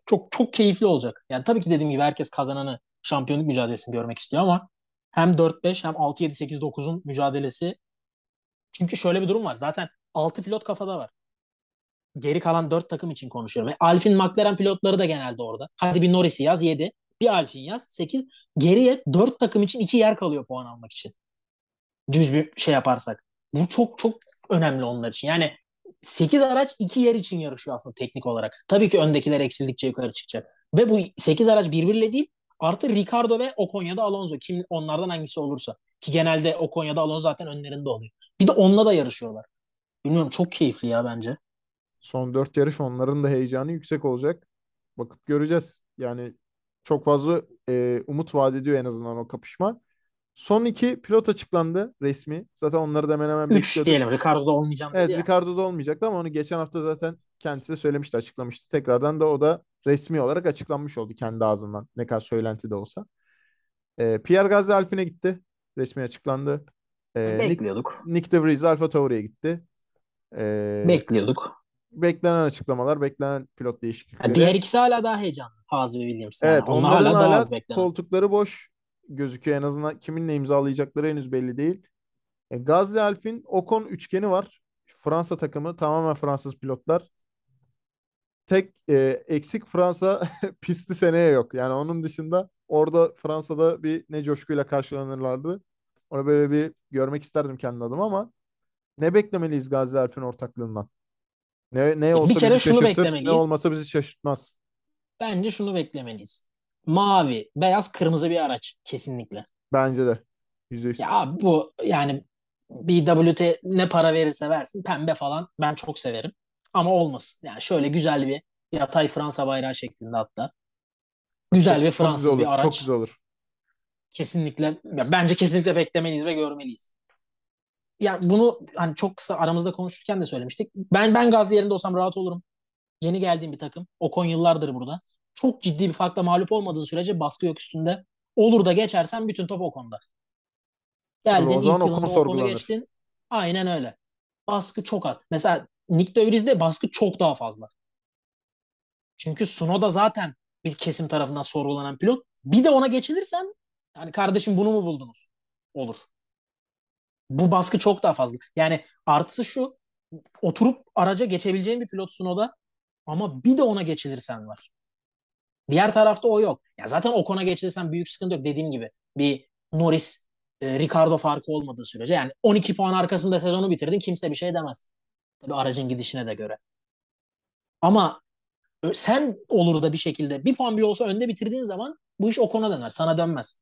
S2: çok çok keyifli olacak. Yani tabii ki dediğim gibi herkes kazananı, şampiyonluk mücadelesini görmek istiyor ama hem 4-5 hem 6-7-8-9'un mücadelesi. Çünkü şöyle bir durum var. Zaten 6 pilot kafada var. Geri kalan 4 takım için konuşuyorum. Alfin McLaren pilotları da genelde orada. Hadi bir Norris'i yaz 7. Bir Alfin yaz 8. Geriye 4 takım için 2 yer kalıyor puan almak için. Düz bir şey yaparsak. Bu çok çok önemli onlar için. Yani 8 araç 2 yer için yarışıyor aslında teknik olarak. Tabii ki öndekiler eksildikçe yukarı çıkacak. Ve bu 8 araç birbiriyle değil, artı Ricardo ve Ocon ya da Alonso. Kim onlardan hangisi olursa. Ki genelde Ocon ya da Alonso zaten önlerinde oluyor. Bir de onunla da yarışıyorlar. Bilmiyorum, çok keyifli ya bence.
S1: Son 4 yarış onların da heyecanı yüksek olacak. Bakıp göreceğiz. Yani çok fazla umut vaat ediyor en azından o kapışma. Son 2 pilot açıklandı resmi. Zaten onları da hemen hemen
S2: 3
S1: bekliyorduk.
S2: diyelim. Ricardo'da olmayacağım dedi
S1: Evet,
S2: ya.
S1: Ricardo da olmayacaktı ama onu geçen hafta zaten kendisi de söylemişti, açıklamıştı. Tekrardan da o da resmi olarak açıklanmış oldu kendi ağzından. Ne kadar söylenti de olsa. Pierre Gasly Alpine'e gitti. Resmi açıklandı. Nick,
S2: Bekliyorduk.
S1: Nick de Vries de Alfa Tauri'ye gitti. Ee,
S2: Bekliyorduk.
S1: Beklenen açıklamalar, beklenen pilot
S2: Ya diğer
S1: değişiklikleri.
S2: ikisi hala daha heyecanlı. Haas ve Williams yani.
S1: Evet,
S2: Onlar
S1: onların
S2: hala daha
S1: hala
S2: az beklenen.
S1: koltukları boş gözüküyor. En azından kiminle imzalayacakları henüz belli değil. Gasly Alpine Ocon üçgeni var. Fransa takımı tamamen Fransız pilotlar. Tek eksik Fransa pisti seneye yok. Yani onun dışında orada Fransa'da bir ne coşkuyla karşılanırlardı. Onu böyle bir görmek isterdim kendi adıma ama ne beklemeliyiz Gazi Alp'in ortaklığından? Ne
S2: Bir
S1: olsa bizi
S2: kere şunu
S1: şaşırtır, ne
S2: beklemeliyiz.
S1: olmasa bizi şaşırtmaz.
S2: Bence şunu beklemeliyiz. Mavi, beyaz, kırmızı bir araç kesinlikle.
S1: Bence de. %100.
S2: Ya abi bu yani BWT ne para verirse versin pembe falan ben çok severim. Ama olmasın. Yani şöyle güzel bir yatay Fransa bayrağı şeklinde hatta. Güzel bir
S1: Çok çok güzel
S2: Fransız
S1: olur.
S2: bir
S1: Çok güzel
S2: araç.
S1: olur.
S2: Kesinlikle ya bence kesinlikle beklemeliyiz ve görmeliyiz. Ya bunu hani çok kısa aramızda konuşurken de söylemiştik. Ben Gazli yerinde olsam rahat olurum. Yeni geldiğim bir takım. Ocon yıllardır burada. Çok ciddi bir farkla mağlup olmadığın sürece baskı yok üstünde. Olur da geçersen bütün top Ocon'da.
S1: Tabii
S2: Geldin
S1: o zaman
S2: ilk
S1: o konu
S2: yılında Ocon'u
S1: sorgulanır.
S2: geçtin. Aynen öyle. Baskı çok az. Mesela Nick de Vries'de baskı çok daha fazla. Çünkü Tsunoda zaten bir kesim tarafından sorgulanan pilot. Bir de ona geçilirsen yani kardeşim bunu mu buldunuz? Olur. Bu baskı çok daha fazla. Yani artısı şu, oturup araca geçebileceğin bir pilot Tsunoda ama bir de ona geçilirsen var. Diğer tarafta o yok. Ya zaten Ocon'a geçilirsen büyük sıkıntı yok. Dediğim gibi bir Norris, Ricardo farkı olmadığı sürece yani 12 puan arkasında sezonu bitirdin kimse bir şey demez. Tabii aracın gidişine de göre. Ama sen olur da bir şekilde bir puan bile olsa önde bitirdiğin zaman bu iş Ocon'a döner. Sana dönmez.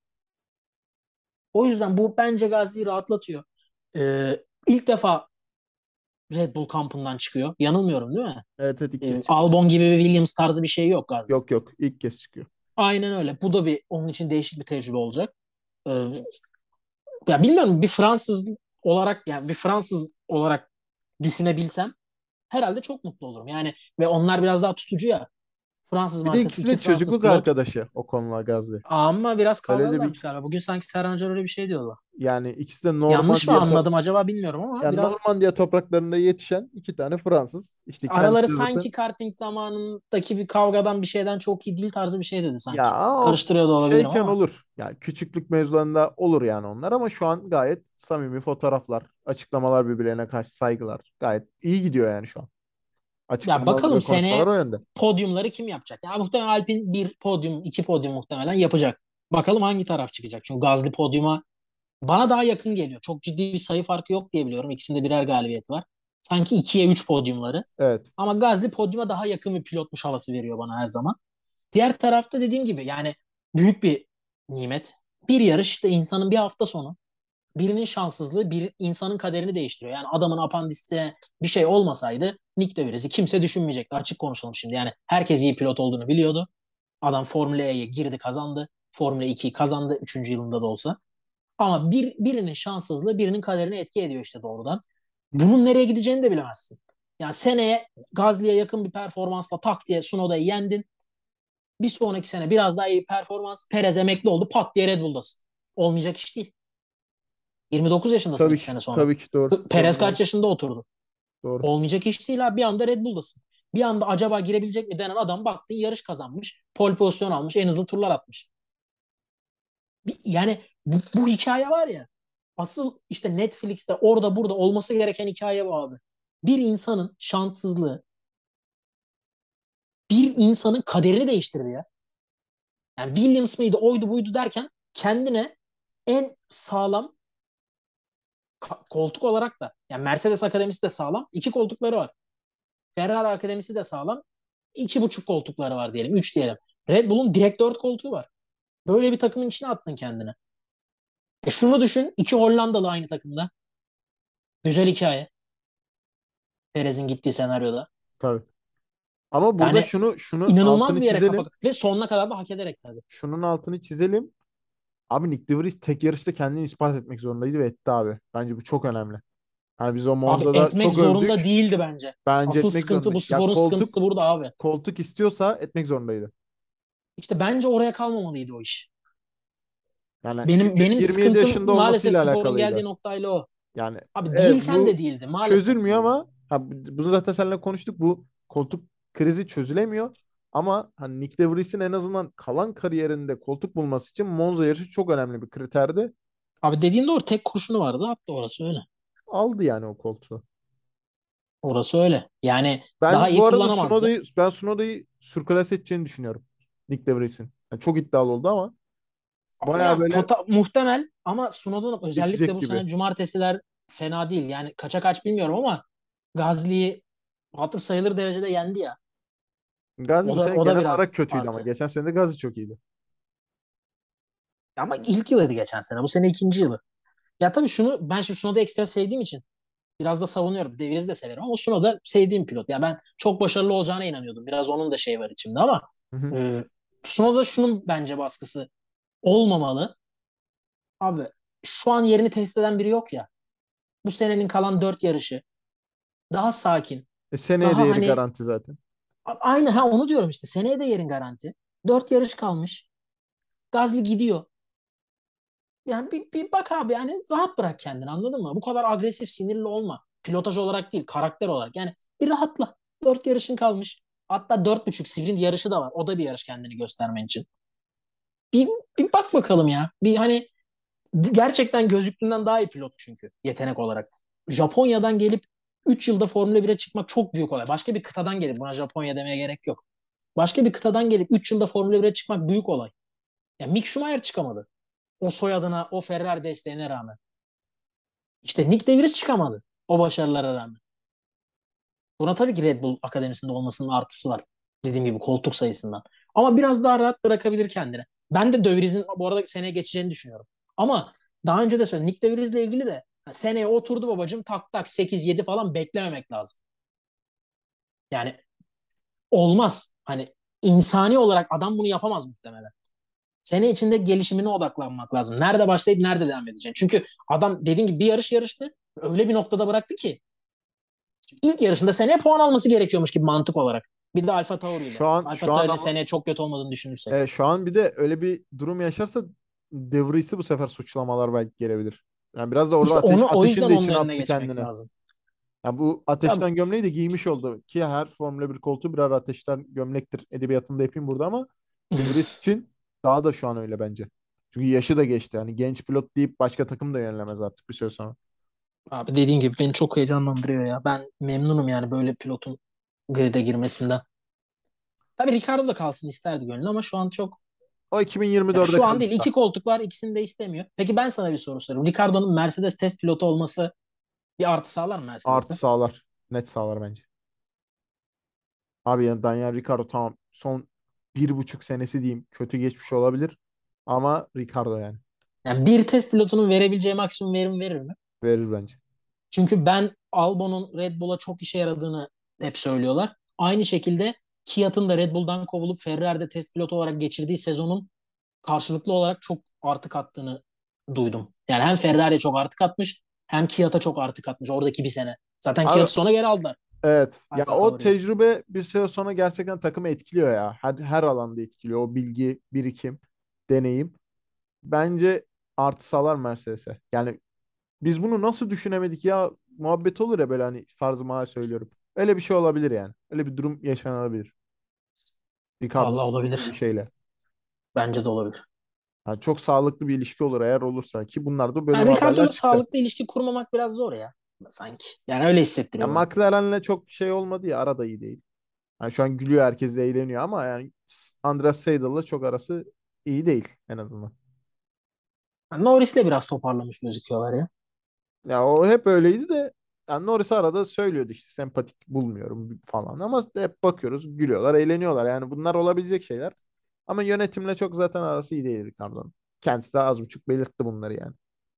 S2: O yüzden bu bence Gasly'yi rahatlatıyor. İlk defa Red Bull kampından çıkıyor. Yanılmıyorum değil mi?
S1: Evet, evet, ilk kez çıkıyor.
S2: Albon gibi bir Williams tarzı bir şey yok Gasly.
S1: Yok, yok, ilk kez çıkıyor.
S2: Aynen öyle. Bu da bir onun için değişik bir tecrübe olacak. Ee, Ya bilmiyorum, bir Fransız olarak yani bir Fransız olarak düşünebilsem herhalde çok mutlu olurum. Yani ve onlar biraz daha tutucu ya. Fransız
S1: Bir de
S2: markası iki
S1: ikisinin
S2: Fransız
S1: çocukluk
S2: pilot.
S1: arkadaşı o konular Gazze.
S2: Ama biraz
S1: Öyle de
S2: kavgalılarmış
S1: bir
S2: galiba. Bugün sanki Serhan Hoca öyle bir şey diyordu.
S1: yani ikisi de
S2: Yanlış mı
S1: Normandiya
S2: anladım acaba bilmiyorum ama
S1: yani
S2: biraz
S1: Normandiya topraklarında yetişen iki tane Fransız. İşte
S2: araları
S1: kendisi zaten
S2: sanki karting zamanındaki bir kavgadan bir şeyden çok iyi değil tarzı bir şey dedi
S1: ya
S2: sanki.
S1: o
S2: Karıştırıyor da olabilirim
S1: şeyken
S2: ama
S1: olur. Yani küçüklük mevzularında olur yani onlar ama şu an gayet samimi fotoğraflar, açıklamalar birbirlerine karşı saygılar. Gayet iyi gidiyor yani şu an.
S2: ya
S1: Açıklamalar ve
S2: bakalım
S1: konuşmalar
S2: seneye
S1: o yönde.
S2: podyumları kim yapacak? Ya muhtemelen Alpine bir podyum, iki podyum muhtemelen yapacak. Bakalım hangi taraf çıkacak? Çünkü Gazli podyuma bana daha yakın geliyor. Çok ciddi bir sayı farkı yok diye biliyorum. İkisinde birer galibiyet var. Sanki ikiye 3 podyumları.
S1: Evet.
S2: Ama Gazli podyuma daha yakın bir pilotmuş havası veriyor bana her zaman. Diğer tarafta dediğim gibi yani büyük bir nimet. Bir yarış işte insanın bir hafta sonu. Birinin şanssızlığı bir insanın kaderini değiştiriyor. Yani adamın apandiste bir şey olmasaydı Nick de Vries'i kimse düşünmeyecekti. Açık konuşalım şimdi. Yani herkes iyi pilot olduğunu biliyordu. Adam Formula E'ye girdi kazandı. Formula 2'yi kazandı 3. yılında da olsa. Ama birinin şanssızlığı birinin kaderine etki ediyor işte doğrudan. Bunun nereye gideceğini de bilemezsin. Yani seneye Gazli'ye yakın bir performansla tak diye Tsunoda'yı yendin. Bir sonraki sene biraz daha iyi bir performans. Perez emekli oldu. Pat diye Red Bull'dasın. Olmayacak iş değil. 29 yaşındasın
S1: Tabii
S2: 2
S1: ki.
S2: sene sonra.
S1: Tabii ki doğru.
S2: Perez
S1: Doğru, doğru.
S2: kaç yaşında oturdu?
S1: Doğru.
S2: Olmayacak iş değil abi. Bir anda Red Bull'dasın. Bir anda acaba girebilecek mi denen adam baktın yarış kazanmış. Pole pozisyon almış. En hızlı turlar atmış. Yani bu hikaye var ya, asıl işte Netflix'te orada burada olması gereken hikaye bu abi. Bir insanın şanssızlığı bir insanın kaderini değiştirdi ya. Yani Williams mıydı, oydu buydu derken kendine en sağlam koltuk olarak da, yani Mercedes Akademisi de sağlam. İki koltukları var. Ferrari Akademisi de sağlam. İki buçuk koltukları var diyelim. Üç diyelim. Red Bull'un direkt dört koltuğu var. Böyle bir takımın içine attın kendini. Şunu düşün. İki Hollandalı aynı takımda. Güzel hikaye. Perez'in gittiği senaryoda.
S1: Tabii. Ama burada
S2: Yani
S1: şunu
S2: inanılmaz
S1: altını
S2: bir yere
S1: çizelim.
S2: kapak. Ve sonuna kadar da hak ederek tabii.
S1: Şunun altını çizelim. Abi Nick De Vries tek yarışta kendini ispat etmek zorundaydı ve etti abi. Bence bu çok önemli. Yani biz o
S2: Abi
S1: Monza'da
S2: etmek
S1: çok
S2: zorunda
S1: övdük.
S2: değildi bence.
S1: Bence
S2: Asıl
S1: etmek
S2: sıkıntı
S1: zorunda.
S2: bu,
S1: Ya
S2: sporun sıkıntısı burada abi.
S1: koltuk istiyorsa etmek zorundaydı.
S2: İşte bence oraya kalmamalıydı o iş.
S1: Yani çünkü
S2: Benim
S1: 27
S2: sıkıntım
S1: yaşında
S2: maalesef
S1: olmasıyla
S2: sporun geldiği
S1: alakalıydı.
S2: noktayla o.
S1: Yani
S2: Abi
S1: evet,
S2: değilken de
S1: bu
S2: değildi. Maalesef
S1: çözülmüyor
S2: değildi.
S1: ama bunu zaten seninle konuştuk. Bu koltuk krizi çözülemiyor. Ama hani Nick De Vries'in en azından kalan kariyerinde koltuk bulması için Monza yarışı çok önemli bir kriterdi.
S2: Abi dediğin doğru, tek kurşunu vardı. Hatta orası öyle.
S1: Aldı yani o koltuğu.
S2: Orası öyle. Yani daha
S1: Ben
S2: iyi
S1: bu arada
S2: kullanamazdı.
S1: Tsunoda'yı sürklas edeceğini düşünüyorum. Nick De Vries'in. Yani çok iddialı oldu ama baya
S2: Ya
S1: böyle
S2: muhtemel ama Sunoda'nın özellikle
S1: geçecek
S2: bu
S1: gibi.
S2: sene cumartesiler fena değil. Yani kaça kaç bilmiyorum ama Gazli'yi hatır sayılır derecede yendi ya.
S1: Gazi
S2: O
S1: bu
S2: da
S1: sene
S2: o da
S1: genel
S2: biraz
S1: olarak kötüydü ama
S2: artı.
S1: geçen sene de Gazi çok iyiydi.
S2: Ama ilk yılıydı geçen sene. Bu sene ikinci yılı. Ya tabii şunu ben şimdi Sunoda'yı ekstra sevdiğim için biraz da savunuyorum. De Vries'i de severim ama Tsunoda sevdiğim pilot. Ya ben çok başarılı olacağına inanıyordum. Biraz onun da şey var içimde ama
S1: Hı hı.
S2: Tsunoda şunun bence baskısı olmamalı. Abi şu an yerini test eden biri yok ya. Bu senenin kalan dört yarışı daha sakin.
S1: Seneye
S2: Daha
S1: değeri
S2: hani
S1: garanti zaten.
S2: aynı ha onu diyorum işte. Seneye de yerin garanti. Dört yarış kalmış. Gazli gidiyor. Yani bir bak abi, yani rahat bırak kendini, anladın mı? Bu kadar agresif, sinirli olma. Pilotaj olarak değil, karakter olarak. Yani bir rahatla. Dört yarışın kalmış. Hatta dört buçuk sprint yarışı da var. O da bir yarış kendini göstermen için. Bir, bir bak bakalım ya. Bir hani gerçekten gözüktüğünden daha iyi pilot çünkü yetenek olarak. Japonya'dan gelip 3 yılda Formula 1'e çıkmak çok büyük olay. Başka bir kıtadan gelip, buna Japonya demeye gerek yok. Başka bir kıtadan gelip 3 yılda Formula 1'e çıkmak büyük olay. Ya Mick Schumacher çıkamadı. O soyadına, o Ferrari desteğine rağmen. İşte Nick De Vries çıkamadı o başarılara rağmen. Buna tabii ki Red Bull Akademisi'nde olmasının artısı var. Dediğim gibi koltuk sayısından. Ama biraz daha rahat bırakabilir kendini. Ben de De Vries'in bu arada seneye geçeceğini düşünüyorum. Ama daha önce de söyledim. Nick De Vries'le ilgili de seneye oturdu babacığım, tak tak 8-7 falan beklememek lazım. Yani olmaz. Hani insani olarak adam bunu yapamaz muhtemelen. Sene içinde gelişimine odaklanmak lazım. Nerede başlayıp nerede devam edeceksin? Çünkü adam dediğin gibi bir yarış yarıştı. Öyle bir noktada bıraktı ki ilk yarışında seneye puan alması gerekiyormuş gibi mantık olarak. Bir de Alfa Tauri ile.
S1: Şu an
S2: Alfa
S1: şu an
S2: Tauri'nin
S1: ama
S2: seneye çok kötü olmadığını düşünürsek.
S1: şu an bir de öyle bir durum yaşarsa De Vries'i bu sefer suçlamalar belki gelebilir. Yani biraz da orada
S2: İşte onu o
S1: ateşin
S2: yüzden
S1: de
S2: onun
S1: içine
S2: önüne
S1: attı
S2: geçmek
S1: kendini.
S2: lazım.
S1: Yani bu
S2: Ya,
S1: ateşten gömleği de giymiş oldu ki her Formula bir koltuğu birer ateşten gömlektir. Edebiyatını da yapayım burada ama De Vries için daha da şu an öyle bence. Çünkü yaşı da geçti. Yani genç pilot deyip başka takım da yönelemez artık bir süre sonra.
S2: abi dediğin gibi beni çok heyecanlandırıyor ya. Ben memnunum yani böyle pilotun grid'e girmesinden. Tabii Ricardo da kalsın isterdi gönlü ama şu an çok,
S1: O
S2: yani
S1: 2024'e
S2: şu an değil.
S1: kalırsa.
S2: İki koltuk var, ikisini de istemiyor. Peki ben sana bir soru sorayım. Ricardo'nun Mercedes test pilotu olması bir artı sağlar mı
S1: Artı
S2: Mercedes'e?
S1: sağlar. Net sağlar bence. Abi yani Daniel Ricciardo tamam son 1,5 senesi diyeyim kötü geçmiş olabilir. Ama Ricardo yani
S2: Yani bir test pilotunun verebileceği maksimum verim verir mi?
S1: verir bence.
S2: Çünkü ben Albon'un Red Bull'a çok işe yaradığını hep söylüyorlar. Aynı şekilde Kvyat'ın da Red Bull'dan kovulup Ferrari'de test pilotu olarak geçirdiği sezonun karşılıklı olarak çok artı kattığını duydum. Yani hem Ferrari'ye çok artı katmış hem Kvyat'a çok artı katmış oradaki bir sene. Zaten
S1: Abi
S2: Kvyat'ı sonra geri aldılar
S1: evet ya
S2: Alfa
S1: o
S2: Tauri'ye.
S1: tecrübe bir süre sonra gerçekten takımı etkiliyor ya. Her alanda etkiliyor. O bilgi, birikim, deneyim. Bence artı sağlar Mercedes'e. Yani biz bunu nasıl düşünemedik ya muhabbet olur ya böyle hani farzı mahal söylüyorum. Öyle bir şey olabilir yani. Öyle bir durum yaşanabilir. Ricardo
S2: Vallahi
S1: gibi bir
S2: olabilir.
S1: şeyle.
S2: Bence de olabilir.
S1: Yani çok sağlıklı bir ilişki olur eğer olursa, ki bunlar da böyle
S2: Yani
S1: haberler
S2: Ricardo'la
S1: çıktı.
S2: sağlıklı ilişki kurmamak biraz zor ya. Sanki. Yani öyle
S1: Ya
S2: hissettiriyor bana.
S1: McLaren'le çok şey olmadı ya, arada iyi değil. Yani şu an gülüyor, herkes de eğleniyor ama yani Andreas Seidel'la çok arası iyi değil en azından.
S2: Yani Norris'le biraz toparlamış gözüküyorlar ya.
S1: Ya o hep öyleydi de, yani Norris arada söylüyordu işte sempatik bulmuyorum falan, ama hep bakıyoruz gülüyorlar, eğleniyorlar. Yani bunlar olabilecek şeyler. Ama yönetimle çok zaten arası iyi değil Ricardo'nun. Kendisi de az buçuk belirtti bunları yani.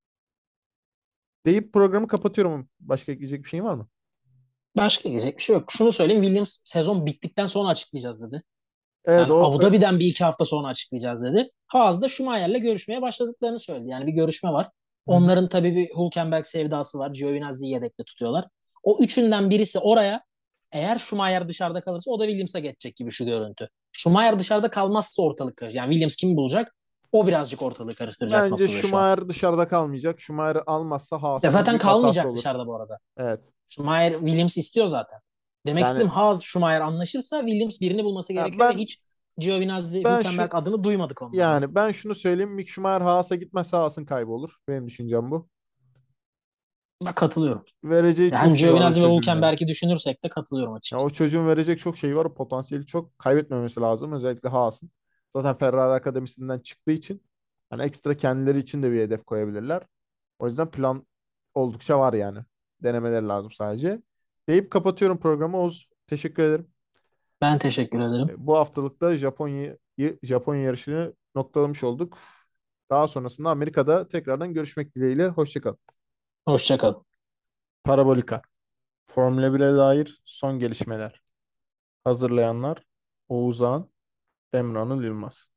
S1: Deyip programı kapatıyorum. Başka ekleyecek bir şey var mı?
S2: Başka gelecek bir şey yok. Şunu söyleyeyim. Williams sezon bittikten sonra açıklayacağız dedi.
S1: Evet
S2: Yani
S1: o
S2: Abu Dhabi'den bir iki hafta sonra açıklayacağız dedi. Haas da Schumacher'le görüşmeye başladıklarını söyledi. Yani bir görüşme var.
S1: Hı hı.
S2: Onların tabii bir Hülkenberg sevdası var. Giovinazzi'yi yedekte tutuyorlar. O üçünden birisi oraya, eğer Schumacher dışarıda kalırsa o da Williams'a geçecek gibi şu görüntü. Schumacher dışarıda kalmazsa ortalık karışacak. Yani Williams kimi bulacak? O birazcık ortalığı karıştıracak
S1: Bence
S2: noktada şu an.
S1: Schumacher dışarıda kalmayacak. Schumacher almazsa
S2: Ya
S1: Haas'ın
S2: zaten
S1: büyük hatası
S2: kalmayacak
S1: olur.
S2: dışarıda bu arada.
S1: Evet.
S2: Schumacher Williams istiyor zaten. Demek
S1: Yani
S2: istedim, Haas Schumacher anlaşırsa Williams birini bulması
S1: ya
S2: gerekiyor ve
S1: ben
S2: hiç Giovinazzi,
S1: ben şu
S2: Hülkenberg adını duymadık onlarda.
S1: yani ben şunu söyleyeyim. Mick Schumacher Haas'a gitmezse Haas'ın kaybolur. Benim düşüncem bu.
S2: Ben katılıyorum.
S1: Vereceği
S2: Ya hem
S1: çok şey var o
S2: Giovinazzi ve
S1: çocuğun ya.
S2: Hülkenberg'i düşünürsek de katılıyorum
S1: Ya o
S2: açıkçası.
S1: çocuğun verecek çok şey var. O potansiyeli çok, kaybetmemesi lazım. Özellikle Haas'ın. Zaten Ferrari Akademisi'nden çıktığı için hani ekstra kendileri için de bir hedef koyabilirler. O yüzden plan oldukça var yani. Denemeleri lazım sadece. Deyip kapatıyorum programı. Oğuz, teşekkür ederim.
S2: Ben teşekkür ederim.
S1: Bu haftalıkta Japonya yarışını noktalamış olduk. Daha sonrasında Amerika'da tekrardan görüşmek dileğiyle. Hoşça kal.
S2: Hoşça kal.
S1: Parabolika. Formula 1'e dair son gelişmeler. Hazırlayanlar Oğuzhan, Emre Anıl Yılmaz.